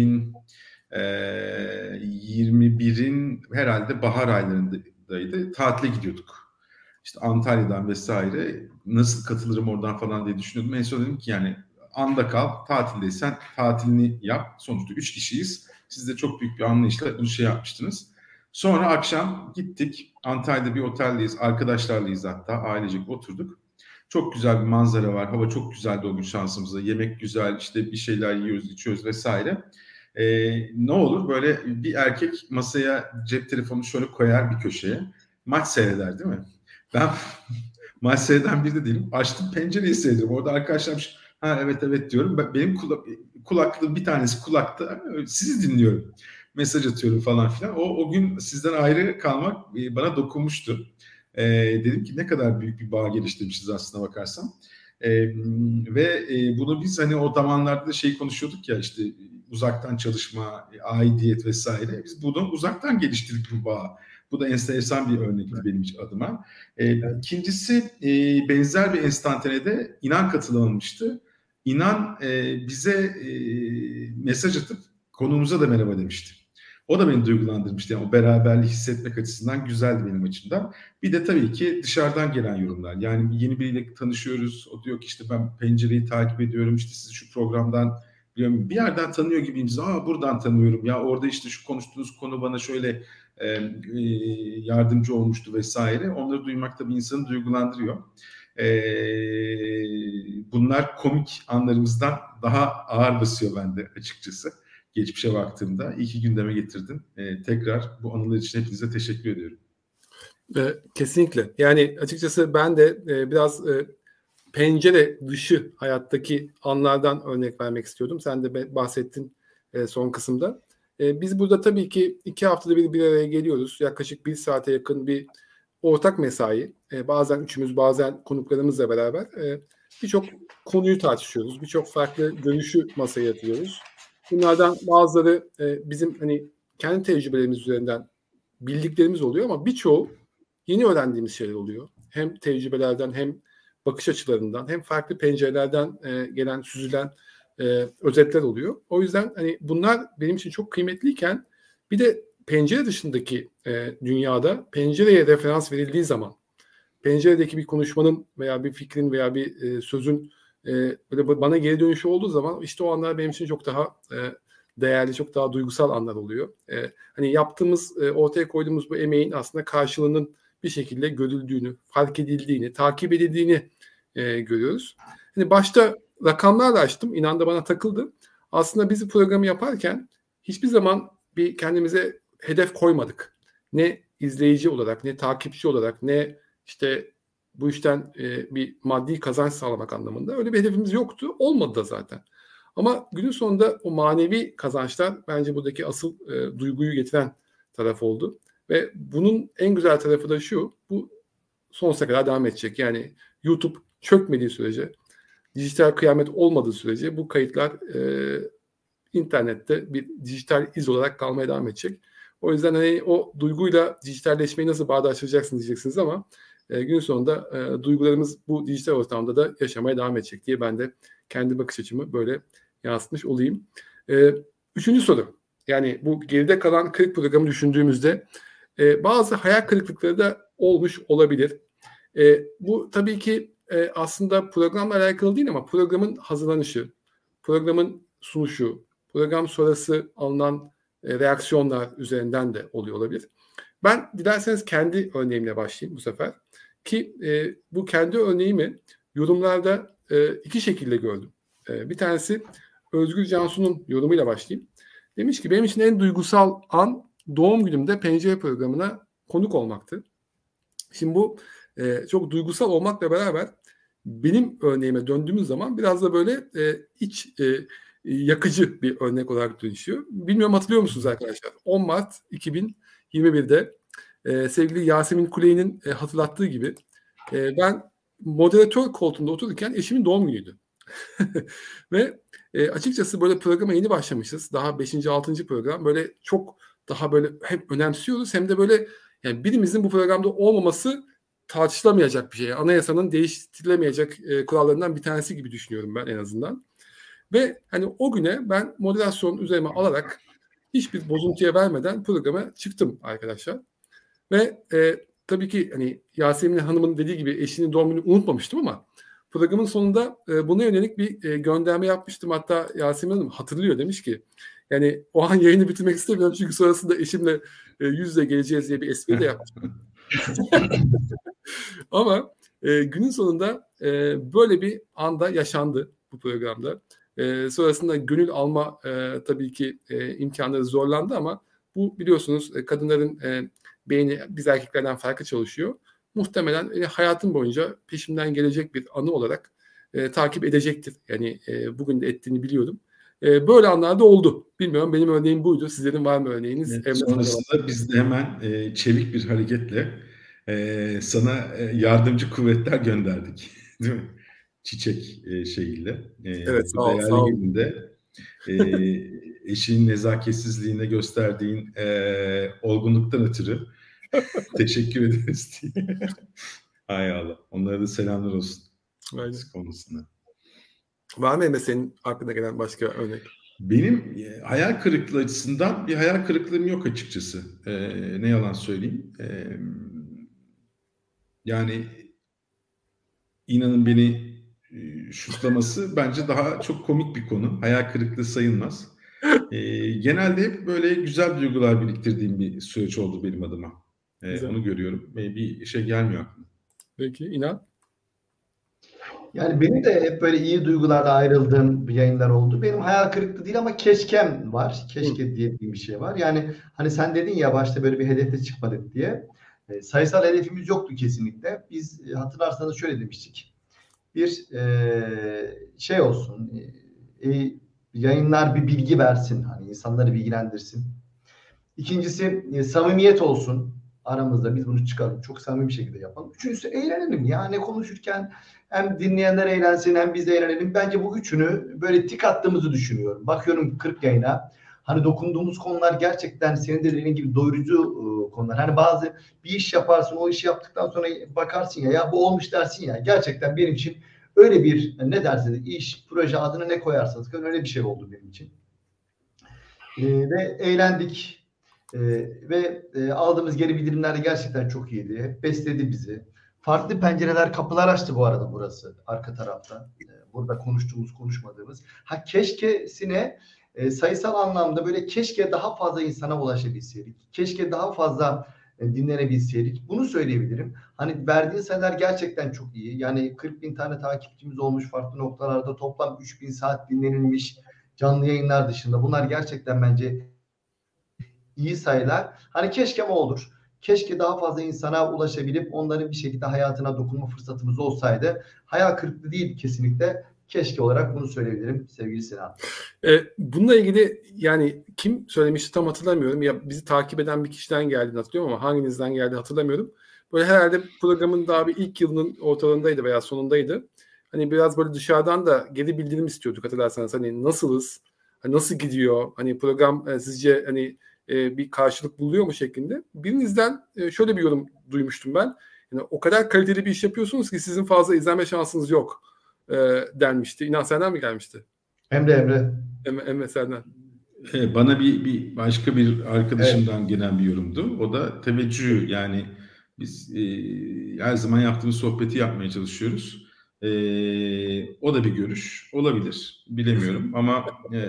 2021'in herhalde bahar aylarındaydı. Tatile gidiyorduk. İşte Antalya'dan vesaire nasıl katılırım oradan falan diye düşünüyordum. En son dedim ki yani anda kal, tatildeysen tatilini yap. Sonuçta 3 kişiyiz. Siz de çok büyük bir anlayışla bunu şey yapmıştınız. Sonra akşam gittik. Antalya'da bir oteldeyiz. Arkadaşlarlayız hatta. Ailecek oturduk. Çok güzel bir manzara var. Hava çok güzeldi o gün şansımıza. Yemek güzel, işte bir şeyler yiyoruz, içiyoruz vesaire. Ne olur böyle bir erkek masaya cep telefonunu şöyle koyar bir köşeye. Maç seyreder değil mi? Ben maç seyreden biri de değilim. Açtım pencereyi seyrediyorum. Orada arkadaşlar ha evet diyorum. Benim kulaklığım bir tanesi kulakta. Sizi dinliyorum. Mesaj atıyorum falan filan. O gün sizden ayrı kalmak bana dokunmuştu. Dedim ki ne kadar büyük bir bağ geliştirmişiz aslına bakarsan. Ve bunu biz hani o zamanlarda da şey konuşuyorduk ya işte uzaktan çalışma, aidiyet vesaire. Biz bunu uzaktan geliştirdik bu bağı. Bu da enteresan bir örnekti benim adıma. İkincisi benzer bir enstantanede İnan katılamamıştı. İnan bize mesaj atıp konuğumuza da merhaba demişti. O da beni duygulandırmıştı. Yani o beraberliği hissetmek açısından güzeldi benim açımdan. Bir de tabii ki dışarıdan gelen yorumlar. Yani yeni biriyle tanışıyoruz. O diyor ki işte ben pencereyi takip ediyorum. İşte sizi şu programdan biliyorum. Bir yerden tanıyor gibiyim. Buradan tanıyorum. Ya orada işte şu konuştuğunuz konu bana şöyle yardımcı olmuştu vesaire. Onları duymak tabii insanı duygulandırıyor. Bunlar komik anlarımızdan daha ağır basıyor bende açıkçası. Geçmişe baktığımda iyi ki gündeme getirdin. Tekrar bu anılar için hepinize teşekkür ediyorum. Kesinlikle. Yani açıkçası ben de biraz pencere dışı hayattaki anlardan örnek vermek istiyordum. Sen de bahsettin son kısımda. Biz burada tabii ki 2 haftada bir araya geliyoruz. Yaklaşık 1 saate yakın bir ortak mesai. Bazen üçümüz, bazen konuklarımızla beraber birçok konuyu tartışıyoruz. Birçok farklı görüşü masaya yatırıyoruz. Bunlardan bazıları bizim hani kendi tecrübelerimiz üzerinden bildiklerimiz oluyor ama birçoğu yeni öğrendiğimiz şeyler oluyor. Hem tecrübelerden hem bakış açılarından hem farklı pencerelerden gelen, süzülen özetler oluyor. O yüzden hani bunlar benim için çok kıymetliyken bir de pencere dışındaki dünyada pencereye referans verildiği zaman penceredeki bir konuşmanın veya bir fikrin veya bir sözün böyle bana geri dönüşü olduğu zaman işte o anlar benim için çok daha değerli, çok daha duygusal anlar oluyor. Hani yaptığımız, ortaya koyduğumuz bu emeğin aslında karşılığının bir şekilde görüldüğünü, fark edildiğini, takip edildiğini görüyoruz. Hani başta rakamlarla açtım, inan da bana takıldı. Aslında biz bu programı yaparken hiçbir zaman bir kendimize hedef koymadık. Ne izleyici olarak, ne takipçi olarak, ne işte bu işten bir maddi kazanç sağlamak anlamında öyle bir hedefimiz yoktu. Olmadı da zaten. Ama günün sonunda o manevi kazançlar bence buradaki asıl duyguyu getiren taraf oldu. Ve bunun en güzel tarafı da şu, bu sonsuza kadar devam edecek. Yani YouTube çökmediği sürece, dijital kıyamet olmadığı sürece bu kayıtlar internette bir dijital iz olarak kalmaya devam edecek. O yüzden hani o duyguyla dijitalleşmeyi nasıl bağdaştıracaksın diyeceksiniz ama günün sonunda duygularımız bu dijital ortamda da yaşamaya devam edecek diye ben de kendi bakış açımı böyle yansıtmış olayım. 3. soru. Yani bu geride kalan 40 programı düşündüğümüzde bazı hayal kırıklıkları da olmuş olabilir. Bu tabii ki aslında programla alakalı değil ama programın hazırlanışı, programın sunuşu, program sonrası alınan reaksiyonlar üzerinden de oluyor olabilir. Ben dilerseniz kendi örneğimle başlayayım bu sefer. Ki bu kendi örneğimi yorumlarda 2 şekilde gördüm. Bir tanesi Özgür Cansu'nun yorumuyla başlayayım. Demiş ki benim için en duygusal an doğum günümde Pencere programına konuk olmaktı. Şimdi bu çok duygusal olmakla beraber benim örneğime döndüğümüz zaman biraz da böyle yakıcı bir örnek olarak dönüşüyor. Bilmiyorum hatırlıyor musunuz arkadaşlar? 10 Mart 2021'de sevgili Yasemin Kuley'nin hatırlattığı gibi ben moderatör koltuğunda otururken eşimin doğum günüydü. Ve açıkçası böyle programa yeni başlamışız. Daha 5. 6. program. Böyle çok daha böyle hem önemsiyoruz hem de böyle yani birimizin bu programda olmaması tartışılamayacak bir şey. Anayasanın değiştirilemeyecek kurallarından bir tanesi gibi düşünüyorum ben en azından. Ve hani o güne ben moderasyon üzerime alarak hiçbir bozuntuya vermeden programa çıktım arkadaşlar. Ve tabii ki hani Yasemin Hanım'ın dediği gibi eşinin doğum gününü unutmamıştım ama programın sonunda buna yönelik bir gönderme yapmıştım. Hatta Yasemin Hanım hatırlıyor, demiş ki yani o an yayını bitirmek istemiyorum çünkü sonrasında eşimle yüz yüze geleceğiz diye bir espri de yapmıştım. Ama günün sonunda böyle bir anda yaşandı bu programda. Sonrasında gönül alma tabii ki imkanları zorlandı ama bu biliyorsunuz kadınların beyni biz erkeklerden farklı çalışıyor. Muhtemelen hayatım boyunca peşimden gelecek bir anı olarak takip edecektir. Yani bugün de ettiğini biliyorum. Böyle anlarda oldu. Bilmiyorum, benim örneğim buydu. Sizlerin var mı örneğiniz? Evet, sonrasında biz de hemen çevik bir hareketle sana yardımcı kuvvetler gönderdik. Değil mi? Çiçek şeyiyle. Evet, Bu değerli sağ ol. gününde eşinin nezaketsizliğine gösterdiğin olgunluktan ötürü teşekkür ederiz diye. Hay Allah. Onlara da selamlar olsun. Aynen. Konusunda. Var mı Emre senin aklına gelen başka örnek? Benim hayal kırıklığı açısından bir hayal kırıklığım yok açıkçası. Ne yalan söyleyeyim. Yani İnan'ın beni şutlaması bence daha çok komik bir konu. Hayal kırıklığı sayılmaz. Genelde hep böyle güzel duygular biriktirdiğim bir süreç oldu benim adıma. Onu görüyorum. Bir şey gelmiyor aklıma. Peki İnan? Yani benim de hep böyle iyi duygularla ayrıldığım yayınlar oldu. Benim hayal kırıklığı değil ama keşkem var. Keşke diye bir şey var. Yani hani sen dedin ya başta böyle bir hedefe çıkmadık diye. Sayısal hedefimiz yoktu kesinlikle. Biz hatırlarsanız şöyle demiştik. Bir şey olsun, yayınlar bir bilgi versin. Hani insanları bilgilendirsin. İkincisi samimiyet olsun aramızda. Biz bunu çıkaralım. Çok samimi bir şekilde yapalım. Üçüncüsü eğlenelim. Yani konuşurken hem dinleyenler eğlensin hem biz de eğlenelim. Bence bu üçünü böyle tik attığımızı düşünüyorum. Bakıyorum 40 yayına. Hani dokunduğumuz konular gerçekten senin de dediğin gibi doyurucu konular. Hani bazı bir iş yaparsın, o işi yaptıktan sonra bakarsın ya bu olmuş dersin ya. Gerçekten benim için öyle bir ne dersiniz iş, proje adını ne koyarsanız öyle bir şey oldu benim için. Ve eğlendik. Ve aldığımız geri bildirimler de gerçekten çok iyiydi. Hep besledi bizi. Farklı pencereler, kapılar açtı bu arada burası. Arka tarafta. Burada konuştuğumuz, konuşmadığımız. Keşkesine sayısal anlamda böyle keşke daha fazla insana ulaşabilseydik. Keşke daha fazla dinlenebilseydik. Bunu söyleyebilirim. Hani verdiğin sayılar gerçekten çok iyi. Yani 40 bin tane takipçimiz olmuş farklı noktalarda. Toplam 3000 saat dinlenilmiş canlı yayınlar dışında. Bunlar gerçekten bence iyi sayılar. Hani keşke mi olur? Keşke daha fazla insana ulaşabilip onların bir şekilde hayatına dokunma fırsatımız olsaydı. Hayal kırıklığı değil kesinlikle. Keşke olarak bunu söyleyebilirim sevgili Sinan. Bununla ilgili yani kim söylemişti tam hatırlamıyorum. Ya bizi takip eden bir kişiden geldiğini hatırlıyorum ama hanginizden geldi hatırlamıyorum. Böyle herhalde programın daha bir ilk yılının ortalarındaydı veya sonundaydı. Hani biraz böyle dışarıdan da geri bildirim istiyorduk hatırlarsanız. Hani nasılız? Hani nasıl gidiyor? Hani program sizce hani bir karşılık buluyor mu şeklinde. Birinizden şöyle bir yorum duymuştum ben. Yani o kadar kaliteli bir iş yapıyorsunuz ki sizin fazla izlenme şansınız yok denmişti. İnan senden mi gelmişti? Emre senden. Bana bir başka bir arkadaşımdan gelen bir yorumdu. O da teveccüh, yani biz her zaman yaptığımız sohbeti yapmaya çalışıyoruz. O da bir görüş olabilir. Bilemiyorum ama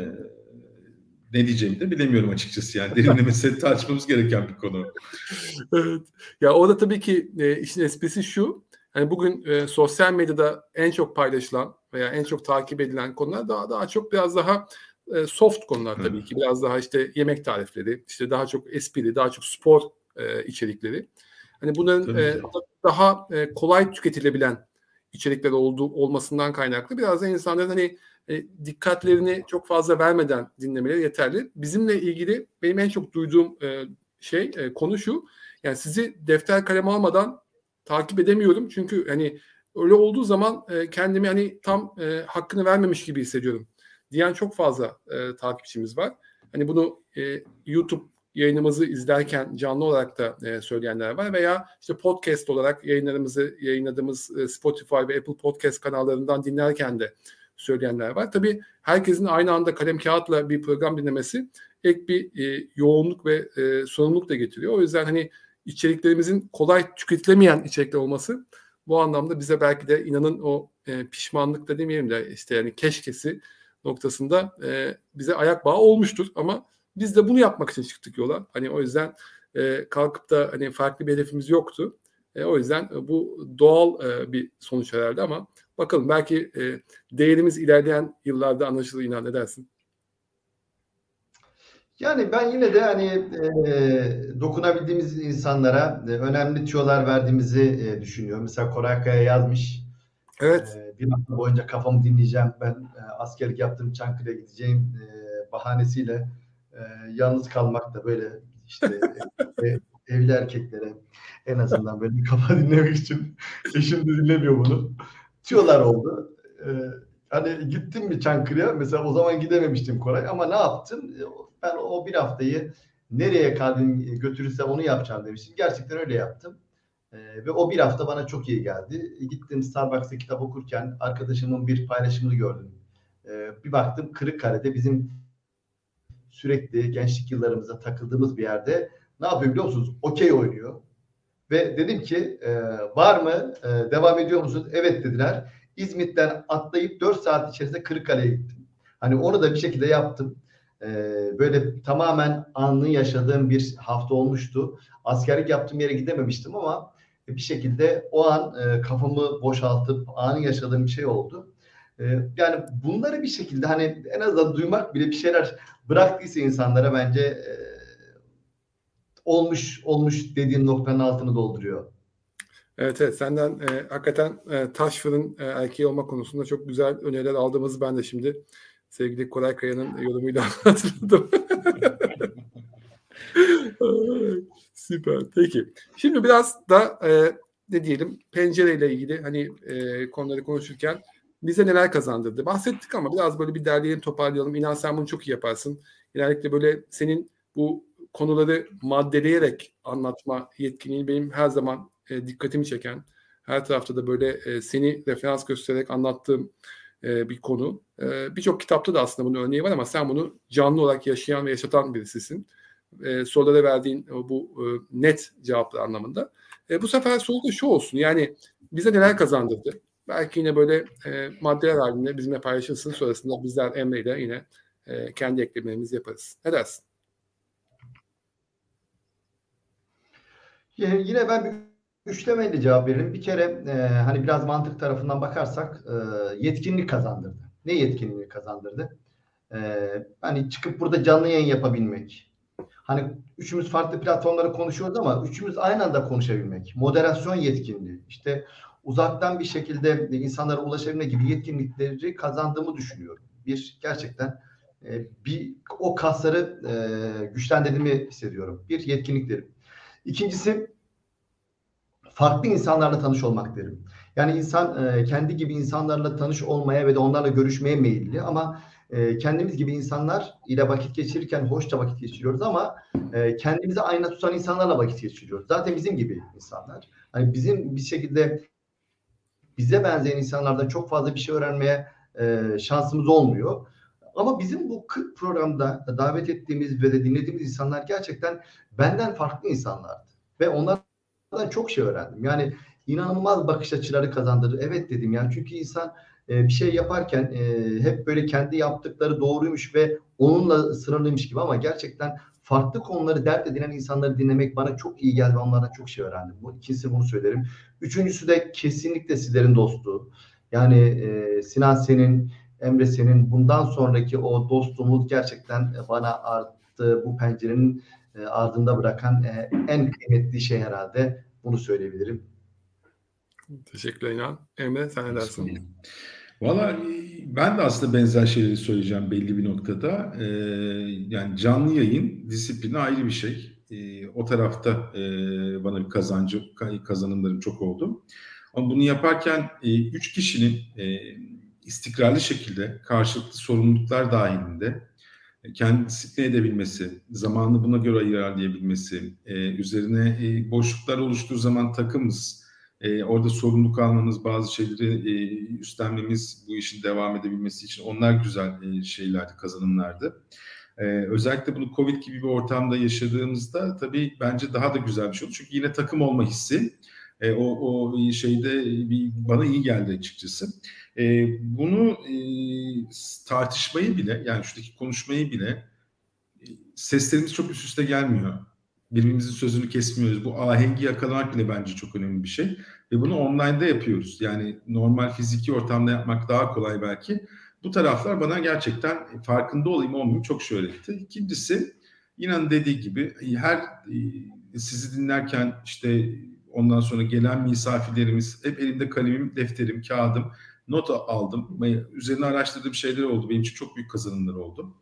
ne diyeceğimi de bilemiyorum açıkçası. Yani derinlemesine tartışmamız gereken bir konu. Evet. Ya o da tabii ki işin esprisi şu. Hani bugün sosyal medyada en çok paylaşılan veya en çok takip edilen konular daha çok biraz daha soft konular tabii ki. Biraz daha işte yemek tarifleri, işte daha çok espri, daha çok spor içerikleri. Hani bunların daha kolay tüketilebilen içerikler olmasından kaynaklı biraz da insanların hani dikkatlerini çok fazla vermeden dinlemeleri yeterli. Bizimle ilgili benim en çok duyduğum konu şu. Yani sizi defter kalem almadan takip edemiyorum. Çünkü hani öyle olduğu zaman kendimi hani tam hakkını vermemiş gibi hissediyorum diyen çok fazla takipçimiz var. Hani bunu YouTube yayınımızı izlerken canlı olarak da söyleyenler var veya işte podcast olarak yayınlarımızı yayınladığımız Spotify ve Apple Podcast kanallarından dinlerken de söyleyenler var. Tabii herkesin aynı anda kalem kağıtla bir program dinlemesi ek bir yoğunluk ve sorumluluk da getiriyor. O yüzden hani içeriklerimizin kolay tüketilemeyen içerikler olması bu anlamda bize belki de inanın o pişmanlık da demeyelim de işte yani keşkesi noktasında bize ayak bağı olmuştur ama biz de bunu yapmak için çıktık yola. Hani o yüzden kalkıp da hani farklı bir hedefimiz yoktu. O yüzden bu doğal bir sonuç herhalde ama bakalım belki değerimiz ilerleyen yıllarda anlaşılır inan ne dersin? Yani ben yine de hani dokunabildiğimiz insanlara önemli tüyolar verdiğimizi düşünüyorum. Mesela Koray Kaya yazmış. Evet. Bir hafta boyunca kafamı dinleyeceğim. Ben askerlik yaptığım Çankırı'ya gideceğim bahanesiyle yalnız kalmak da böyle işte evli erkeklere en azından böyle bir kafa dinlemek için eşim de dinlemiyor bunu. Tüyolar oldu. Hani gittim mi Çankırı'ya? Mesela o zaman gidememiştim Koray ama ne yaptım? Ben o bir haftayı nereye kalbim götürürse onu yapacağım demiştim. Gerçekten öyle yaptım. Ve o bir hafta bana çok iyi geldi. Gittim Starbucks'ta kitap okurken arkadaşımın bir paylaşımını gördüm. Bir baktım Kırıkkale'de bizim sürekli gençlik yıllarımızda takıldığımız bir yerde ne yapıyor biliyor musunuz? Okey oynuyor. Ve dedim ki var mı? Devam ediyor musunuz? Evet dediler. İzmit'ten atlayıp 4 saat içerisinde Kırıkkale'ye gittim. Hani onu da bir şekilde yaptım. Böyle tamamen anını yaşadığım bir hafta olmuştu. Askerlik yaptığım yere gidememiştim ama bir şekilde o an kafamı boşaltıp anı yaşadığım bir şey oldu. Yani bunları bir şekilde hani en azından duymak bile bir şeyler bıraktıysa insanlara bence olmuş dediğin noktanın altını dolduruyor. Evet senden hakikaten taş fırın erkeği olma konusunda çok güzel öneriler aldığımızı ben de şimdi sevgili Koray Kaya'nın yorumuyla hatırladım. Süper. Peki. Şimdi biraz da ne diyelim pencereyle ilgili hani konuları konuşurken bize neler kazandırdı? Bahsettik ama biraz böyle bir derleyelim toparlayalım. İnan sen bunu çok iyi yaparsın. Genellikle böyle senin bu konuları maddeleyerek anlatma yetkinliği benim her zaman dikkatimi çeken. Her tarafta da böyle seni referans göstererek anlattığım bir konu. Birçok kitapta da aslında bunun örneği var ama sen bunu canlı olarak yaşayan ve yaşatan birisisin. Sorulara verdiğin bu net cevaplar anlamında. Bu sefer soru da şu olsun. Yani bize neler kazandırdı? Belki yine böyle maddeler halinde bizimle paylaşırsın. Sonrasında bizler Emre ile yine kendi eklemelerimizi yaparız. Ne dersin? Yine ben bir üçlemeyle cevap veririm. Bir kere hani biraz mantık tarafından bakarsak yetkinlik kazandırdı. Ne yetkinliği kazandırdı? Hani çıkıp burada canlı yayın yapabilmek. Hani üçümüz farklı platformları konuşuyoruz ama üçümüz aynı anda konuşabilmek. Moderasyon yetkinliği. İşte uzaktan bir şekilde insanlara ulaşabilme gibi yetkinlikleri kazandığımı düşünüyorum. Bir gerçekten bir o kasları güçlendirdiğimi hissediyorum. Bir yetkinliklerim. İkincisi farklı insanlarla tanış olmak derim. Yani insan kendi gibi insanlarla tanış olmaya ve de onlarla görüşmeye meyilli ama kendimiz gibi insanlar ile vakit geçirirken hoşça vakit geçiriyoruz ama kendimizi ayna tutan insanlarla vakit geçiriyoruz. Zaten bizim gibi insanlar. Hani bizim bir şekilde bize benzeyen insanlardan çok fazla bir şey öğrenmeye şansımız olmuyor. Ama bizim bu 40 programda davet ettiğimiz ve de dinlediğimiz insanlar gerçekten benden farklı insanlardı. Ve onlardan çok şey öğrendim. Yani inanılmaz bakış açıları kazandırdı. Evet dedim yani çünkü insan bir şey yaparken hep böyle kendi yaptıkları doğruymuş ve onunla sınırlıymış gibi ama gerçekten farklı konuları dert edinen insanları dinlemek bana çok iyi geldi. Onlardan çok şey öğrendim. Bu ikincisi bunu söylerim. Üçüncüsü de kesinlikle sizlerin dostluğu. Yani Sinan senin, Emre senin bundan sonraki o dostluğumuz gerçekten bana arttı. Bu pencerenin ardında bırakan en kıymetli şey herhalde. Bunu söyleyebilirim. Teşekkürler İnan. Emre sen ne dersin? Valla ben de aslında benzer şeyleri söyleyeceğim belli bir noktada. Yani canlı yayın disiplini ayrı bir şey. O tarafta bana bir kazanımlarım çok oldu. Ama bunu yaparken 3 kişinin istikrarlı şekilde karşılıklı sorumluluklar dahilinde kendi disipline edebilmesi, zamanını buna göre ayarlayabilmesi, üzerine boşluklar oluştuğu zaman takımız, orada sorumluluk almamız, bazı şeyleri üstlenmemiz, bu işin devam edebilmesi için onlar güzel şeylerdi, kazanımlardı. Özellikle bunu Covid gibi bir ortamda yaşadığımızda tabii bence daha da güzel bir şey oldu. Çünkü yine takım olma hissi o şeyde bana iyi geldi açıkçası. Bunu tartışmayı bile, yani şuradaki konuşmayı bile seslerimiz çok üst üste gelmiyor. Birbirimizin sözünü kesmiyoruz. Bu ahengi yakalamak bile bence çok önemli bir şey. Ve bunu online'da yapıyoruz. Yani normal fiziki ortamda yapmak daha kolay belki. Bu taraflar bana gerçekten farkında olayım olmayayım çok şey öğretti. İkincisi, İnan'ın dediği gibi her sizi dinlerken işte ondan sonra gelen misafirlerimiz, hep elimde kalemim, defterim, kağıdım, not aldım. Üzerine araştırdığım şeyler oldu. Benim için çok büyük kazanımlar oldu.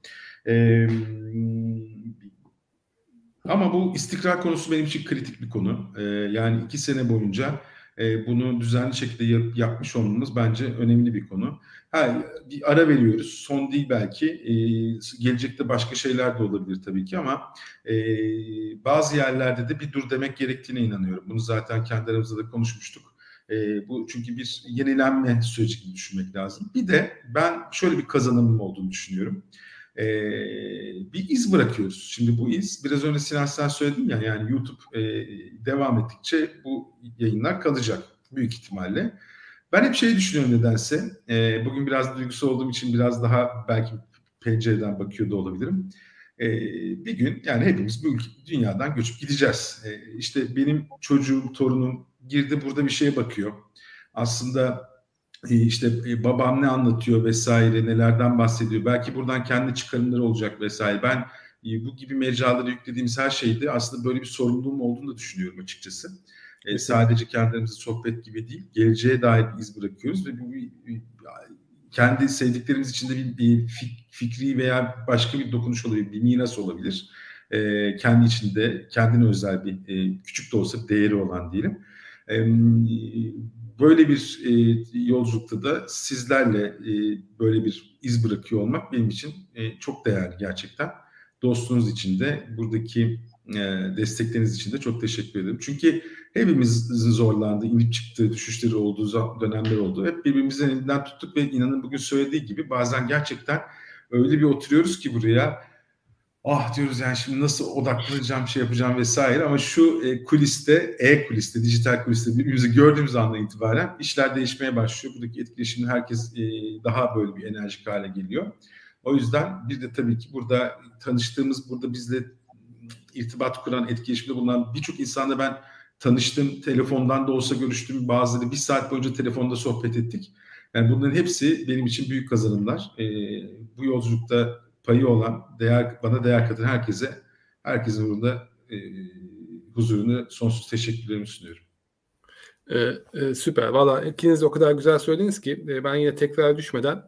Ama bu istikrar konusu benim için kritik bir konu. Yani 2 sene boyunca bunu düzenli şekilde yapmış olmamız bence önemli bir konu. Bir ara veriyoruz. Son değil belki. Gelecekte başka şeyler de olabilir tabii ki ama bazı yerlerde de bir dur demek gerektiğine inanıyorum. Bunu zaten kendi aramızda da konuşmuştuk. Bu çünkü bir yenilenme süreci gibi düşünmek lazım. Bir de ben şöyle bir kazanımım olduğunu düşünüyorum. Bir iz bırakıyoruz. Şimdi bu iz, biraz önce Sinan sen söyledin ya, yani YouTube devam ettikçe bu yayınlar kalacak büyük ihtimalle. Ben hep şeyi düşünüyorum nedense. Bugün biraz duygusal olduğum için biraz daha belki pencereden bakıyor da olabilirim. Bir gün yani hepimiz bu dünyadan göçüp gideceğiz. İşte benim çocuğum, torunum girdi burada bir şeye bakıyor. Aslında işte babam ne anlatıyor vesaire, nelerden bahsediyor. Belki buradan kendi çıkarımları olacak vesaire. Ben bu gibi mecralara yüklediğimiz her şeyde aslında böyle bir sorumluluğum olduğunu da düşünüyorum açıkçası. Sadece kendimize sohbet gibi değil, geleceğe dair bir iz bırakıyoruz ve bu kendi sevdiklerimiz için de bir fikri veya başka bir dokunuş olabilir, bir miras olabilir. Kendi içinde kendine özel bir küçük de olsa değeri olan diyelim. Böyle bir yolculukta da sizlerle böyle bir iz bırakıyor olmak benim için çok değerli gerçekten. Dostluğunuz için de, buradaki destekleriniz için de çok teşekkür ederim. Çünkü hepimizin zorlandığı, inip çıktığı, düşüşleri olduğu dönemler oldu. Hep birbirimizin elinden tuttuk ve İnan'ın bugün söylediği gibi bazen gerçekten öyle bir oturuyoruz ki buraya, ah diyoruz yani şimdi nasıl odaklanacağım, şey yapacağım vesaire, ama şu kuliste, kuliste, dijital kuliste birbirimizi gördüğümüz andan itibaren işler değişmeye başlıyor. Buradaki etkileşimde herkes daha böyle bir enerjik hale geliyor. O yüzden bir de tabii ki burada tanıştığımız, burada bizle irtibat kuran, etkileşimde bulunan birçok insanla ben tanıştım. Telefondan da olsa görüştüm. Bazıları 1 saat boyunca telefonda sohbet ettik. Yani bunların hepsi benim için büyük kazanımlar. Bu yolculukta payı olan, bana değer katan herkesin burada huzurunu, sonsuz teşekkürlerimi sunuyorum. Süper. Valla ikiniz de o kadar güzel söylediniz ki ben yine tekrar düşmeden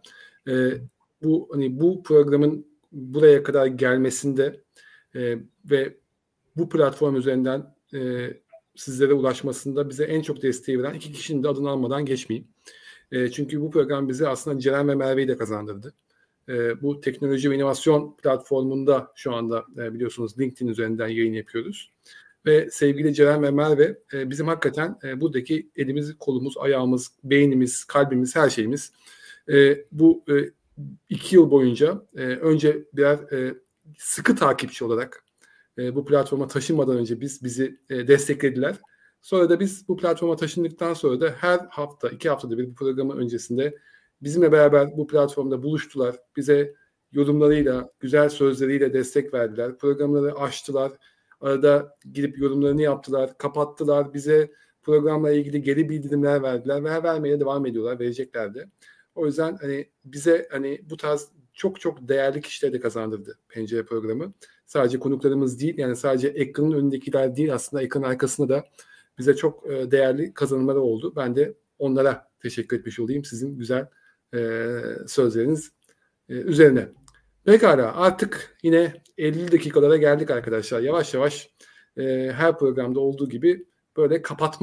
bu programın buraya kadar gelmesinde ve bu platform üzerinden sizlere ulaşmasında bize en çok desteği veren 2 kişinin de adını almadan geçmeyeyim. Çünkü bu program bizi aslında Ceren ve Merve'yi de kazandırdı. Bu teknoloji ve inovasyon platformunda şu anda biliyorsunuz LinkedIn üzerinden yayın yapıyoruz. Ve sevgili Ceren ve Merve bizim hakikaten buradaki elimiz, kolumuz, ayağımız, beynimiz, kalbimiz, her şeyimiz. Bu 2 yıl boyunca önce birer sıkı takipçi olarak bu platforma taşınmadan önce bizi desteklediler. Sonra da biz bu platforma taşındıktan sonra da her hafta, 2 haftada bir bu programın öncesinde bizimle beraber bu platformda buluştular. Bize yorumlarıyla, güzel sözleriyle destek verdiler. Programları açtılar. Arada gidip yorumlarını yaptılar, kapattılar. Bize programla ilgili geri bildirimler verdiler ve vermeye devam ediyorlar, verecekler de. O yüzden bize bu tarz çok çok değerli kişileri de kazandırdı Pencere programı. Sadece konuklarımız değil, yani sadece ekranın önündekiler değil, aslında ekranın arkasında da bize çok değerli kazanımları oldu. Ben de onlara teşekkür etmiş olayım sizin güzel sözleriniz üzerine. Pekala, artık yine 50 dakikalara geldik arkadaşlar. Yavaş yavaş her programda olduğu gibi böyle kapatma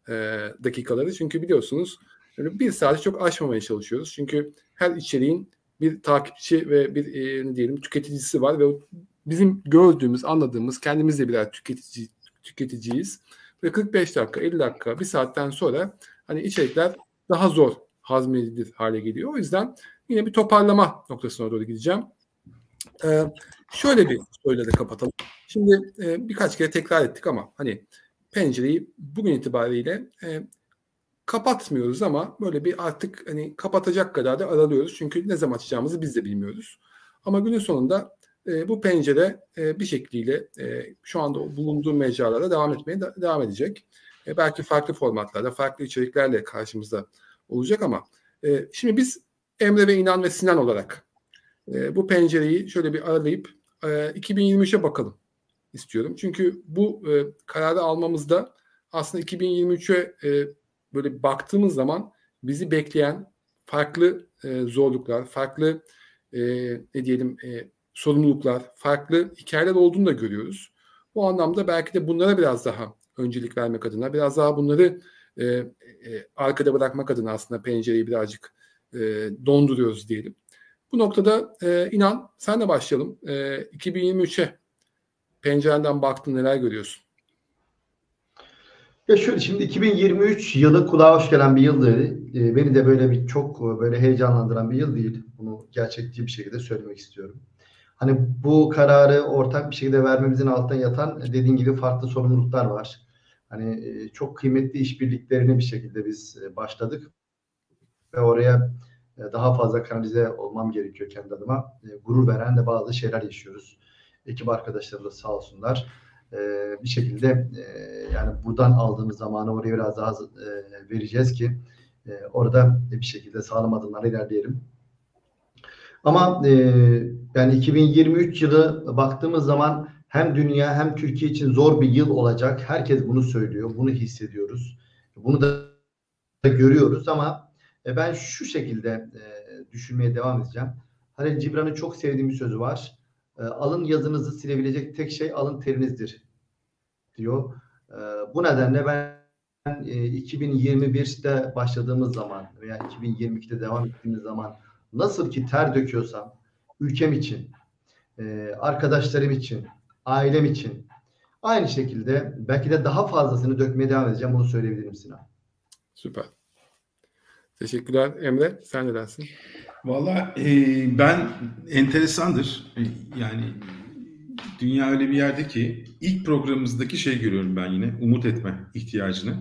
dakikaları. Çünkü biliyorsunuz bir saati çok aşmamaya çalışıyoruz. Çünkü her içeriğin bir takipçi ve bir ne diyelim tüketicisi var ve bizim gördüğümüz, anladığımız, kendimiz de birer tüketiciyiz. Ve 45 dakika, 50 dakika, bir saatten sonra hani içerikler daha zor hazmedilir hale geliyor. O yüzden yine bir toparlama noktasına doğru gideceğim. Şöyle bir soruyla da kapatalım. Şimdi birkaç kere tekrar ettik ama hani pencereyi bugün itibariyle kapatmıyoruz ama böyle bir artık hani kapatacak kadar da aralıyoruz. Çünkü ne zaman açacağımızı biz de bilmiyoruz. Ama günün sonunda bu pencere bir şekliyle şu anda bulunduğu mecralara devam etmeye devam edecek. Belki farklı formatlarda, farklı içeriklerle karşımızda olacak ama şimdi biz Emre ve İnan ve Sinan olarak bu pencereyi şöyle bir aralayıp 2023'e bakalım istiyorum. Çünkü bu kararı almamızda aslında 2023'e böyle baktığımız zaman bizi bekleyen farklı zorluklar, farklı ne diyelim sorumluluklar, farklı hikayeler olduğunu da görüyoruz. Bu anlamda belki de bunlara biraz daha öncelik vermek adına, biraz daha bunları arkada bırakmak adına aslında pencereyi birazcık donduruyoruz diyelim. Bu noktada İnan senle başlayalım. 2023'e pencerenden baktın neler görüyorsun? Ya şöyle şimdi 2023 yılı kulağa hoş gelen bir yıldı. Beni de böyle çok böyle heyecanlandıran bir yıl değil. Bunu gerçekçi bir şekilde söylemek istiyorum. Hani bu kararı ortak bir şekilde vermemizin altında yatan dediğin gibi farklı sorumluluklar var. Hani çok kıymetli işbirliklerini bir şekilde biz başladık ve oraya daha fazla kanalize olmam gerekiyor kendi adıma. Gurur veren de bazı şeyler yaşıyoruz. Ekip arkadaşlarım da sağ olsunlar. Bir şekilde yani buradan aldığımız zamanı oraya biraz daha vereceğiz ki orada bir şekilde sağlam adımlarla ilerleyelim. Ama yani 2023 yılı baktığımız zaman hem dünya hem Türkiye için zor bir yıl olacak. Herkes bunu söylüyor, bunu hissediyoruz. Bunu da görüyoruz ama ben şu şekilde düşünmeye devam edeceğim. Halil Cibran'ın çok sevdiğim bir sözü var. Alın yazınızı silebilecek tek şey alın terinizdir diyor. Bu nedenle ben 2021'de başladığımız zaman veya 2022'de devam ettiğimiz zaman nasıl ki ter döküyorsam ülkem için, arkadaşlarım için, ailem için aynı şekilde belki de daha fazlasını dökmeye devam edeceğim. Bunu söyleyebilirim Sinan. Süper. Teşekkürler. Emre sen ne dersin? Valla ben enteresandır. Yani dünya öyle bir yerde ki ilk programımızdaki şey görüyorum ben yine. Umut etme ihtiyacını.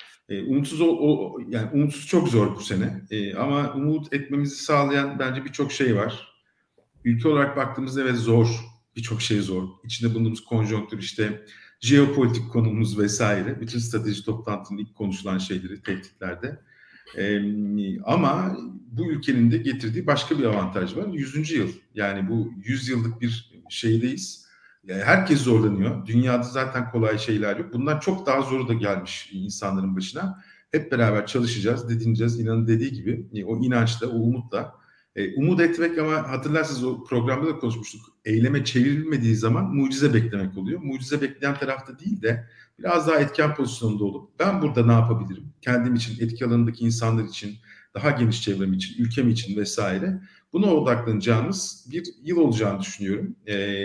Yani umutsuz çok zor bu sene. Ama umut etmemizi sağlayan bence birçok şey var. Ülke olarak baktığımızda evet zor. Birçok şey zor. İçinde bulunduğumuz konjonktür işte jeopolitik konumuz vesaire. Bütün strateji toplantının ilk konuşulan şeyleri, tehditlerde. Ama bu ülkenin de getirdiği başka bir avantaj var. 100. yıl. Yani bu 100 yıllık bir şeydeyiz. Yani herkes zorlanıyor. Dünyada zaten kolay şeyler yok. Bundan çok daha zoru da gelmiş insanların başına. Hep beraber çalışacağız, didineceğiz. İnanın dediği gibi o inançla, o umutla. Umut etmek ama hatırlarsanız o programda da konuşmuştuk. Eyleme çevrilmediği zaman mucize beklemek oluyor. Mucize bekleyen tarafta değil de biraz daha etken pozisyonda olup ben burada ne yapabilirim? Kendim için, etki alanındaki insanlar için, daha geniş çevrem için, ülkem için vesaire. Buna odaklanacağımız bir yıl olacağını düşünüyorum.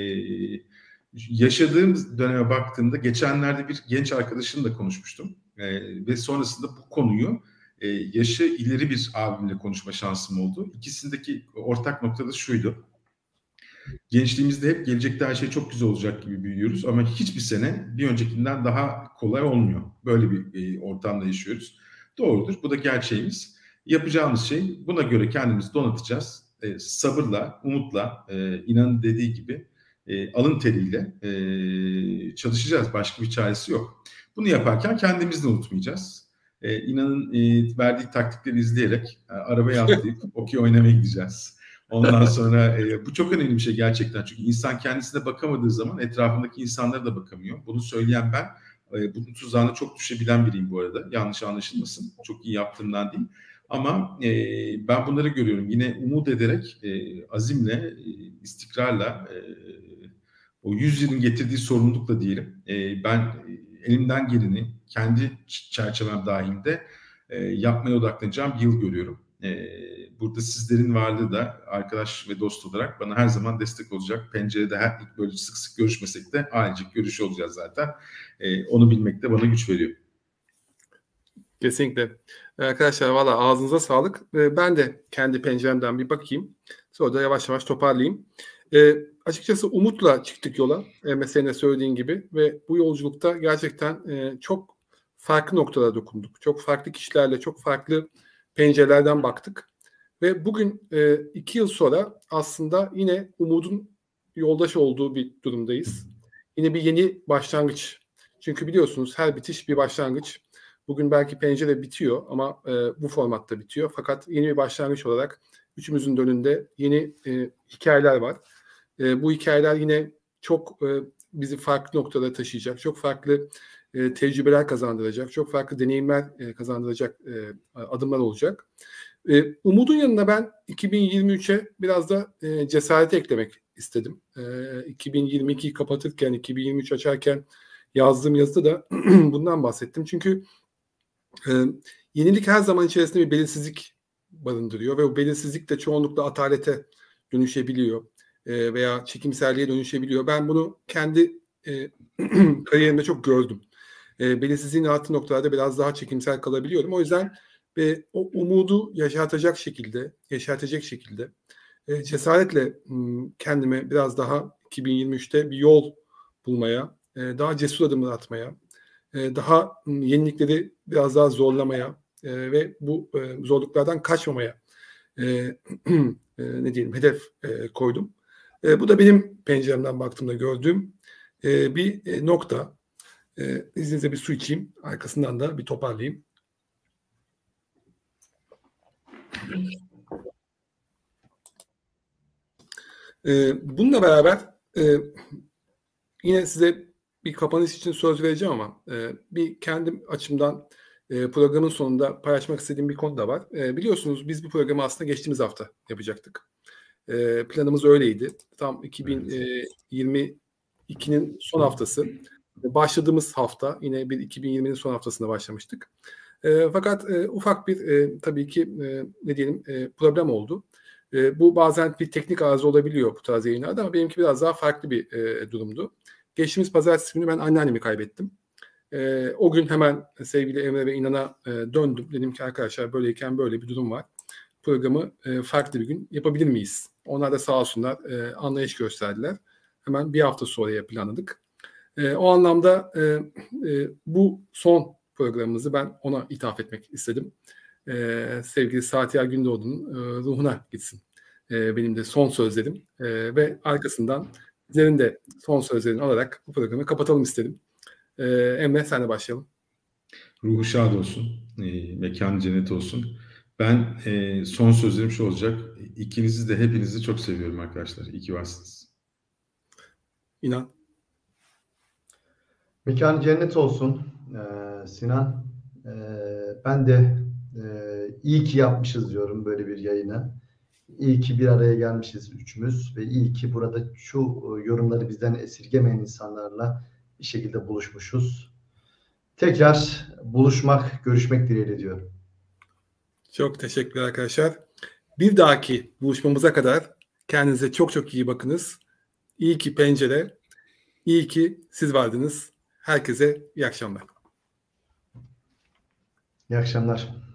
Yaşadığım döneme baktığımda geçenlerde bir genç arkadaşımla konuşmuştum. Ve sonrasında bu konuyu yaşı ileri bir abimle konuşma şansım oldu. İkisindeki ortak nokta da şuydu. Gençliğimizde hep gelecekte her şey çok güzel olacak gibi büyüyoruz ama hiçbir sene bir öncekinden daha kolay olmuyor. Böyle bir ortamda yaşıyoruz. Doğrudur. Bu da gerçeğimiz. Yapacağımız şey buna göre kendimizi donatacağız. Sabırla, umutla, İnan'ın dediği gibi alın teriyle çalışacağız. Başka bir çaresi yok. Bunu yaparken kendimizi de unutmayacağız. İnan'ın verdiği taktikleri izleyerek arabaya atlayıp okey oynamaya gideceğiz. Ondan sonra bu çok önemli bir şey gerçekten. Çünkü insan kendisine bakamadığı zaman etrafındaki insanlara da bakamıyor. Bunu söyleyen ben. Bunun tuzağına çok düşebilen biriyim bu arada. Yanlış anlaşılmasın. Çok iyi yaptığımdan değil. Ama ben bunları görüyorum. Yine umut ederek, azimle, istikrarla, o 100 yılın getirdiği sorumlulukla diyelim. Ben elimden geleni kendi çerçevem dahilinde yapmaya odaklanacağım bir yıl görüyorum. Burada sizlerin varlığı da arkadaş ve dost olarak bana her zaman destek olacak. Pencerede böyle sık sık görüşmesek de ailecek görüşü olacağız zaten. Onu bilmek de bana güç veriyor. Kesinlikle. Arkadaşlar valla ağzınıza sağlık. Ben de kendi penceremden bir bakayım. Sonra da yavaş yavaş toparlayayım. Açıkçası umutla çıktık yola. Senin de söylediğin gibi. Ve bu yolculukta gerçekten çok farklı noktalara dokunduk. Çok farklı kişilerle, çok farklı pencerelerden baktık. Ve bugün 2 yıl sonra aslında yine umudun yoldaş olduğu bir durumdayız. Yine bir yeni başlangıç. Çünkü biliyorsunuz her bitiş bir başlangıç. Bugün belki pencere bitiyor ama bu formatta bitiyor. Fakat yeni bir başlangıç olarak üçümüzün de önünde yeni hikayeler var. Bu hikayeler yine çok bizi farklı noktalara taşıyacak. Çok farklı tecrübeler kazandıracak. Çok farklı deneyimler kazandıracak adımlar olacak. Umudun yanında ben 2023'e biraz da cesareti eklemek istedim. 2022'yi kapatırken, 2023 açarken yazdığım yazıda da bundan bahsettim. Çünkü yenilik her zaman içerisinde bir belirsizlik barındırıyor ve o belirsizlik de çoğunlukla atalete dönüşebiliyor veya çekimselliğe dönüşebiliyor. Ben bunu kendi kariyerimde çok gördüm. Belirsizliğin arttığı noktalarda biraz daha çekimsel kalabiliyorum. O yüzden o umudu yaşatacak şekilde cesaretle kendime biraz daha 2023'te bir yol bulmaya, daha cesur adımlar atmaya, daha yenilikleri biraz daha zorlamaya ve bu zorluklardan kaçmamaya ne diyelim hedef koydum. Bu da benim penceremden baktığımda gördüğüm bir nokta. İzninizle bir su içeyim. Arkasından da bir toparlayayım. Bununla beraber yine size bir kapanış için söz vereceğim ama bir kendim açımdan programın sonunda paylaşmak istediğim bir konu da var. Biliyorsunuz biz bu programı aslında geçtiğimiz hafta yapacaktık. Planımız öyleydi. Tam 2022'nin son haftası. Başladığımız hafta yine bir 2020'nin son haftasında başlamıştık. Fakat ufak bir tabii ki ne diyelim problem oldu. Bu bazen bir teknik arıza olabiliyor bu tarz yayınlarda ama benimki biraz daha farklı bir durumdu. Geçtiğimiz pazartesi günü ben anneannemi kaybettim. O gün hemen sevgili Emre ve İnan'a döndüm. Dedim ki arkadaşlar böyleyken böyle bir durum var. Programı farklı bir gün yapabilir miyiz? Onlar da sağ olsunlar anlayış gösterdiler. Hemen bir hafta sonraya planladık. O anlamda bu son programımızı ben ona ithaf etmek istedim. Sevgili Satiye Gündoğdu'nun ruhuna gitsin. Benim de son sözlerim ve arkasından sizlerin de son sözlerini alarak bu programı kapatalım istedim. Emre senle başlayalım. Ruhu şad olsun, mekanı cennet olsun. Ben son sözlerim şu olacak. İkinizi de hepinizi çok seviyorum arkadaşlar. İyi ki varsınız. İnan. Mekanı cennet olsun Sinan. Ben de iyi ki yapmışız diyorum böyle bir yayını. İyi ki bir araya gelmişiz üçümüz ve iyi ki burada şu yorumları bizden esirgemeyen insanlarla bir şekilde buluşmuşuz. Tekrar buluşmak, görüşmek dileğiyle diyorum. Çok teşekkürler arkadaşlar. Bir dahaki buluşmamıza kadar kendinize çok çok iyi bakınız. İyi ki pencere, iyi ki siz vardınız. Herkese iyi akşamlar. İyi akşamlar.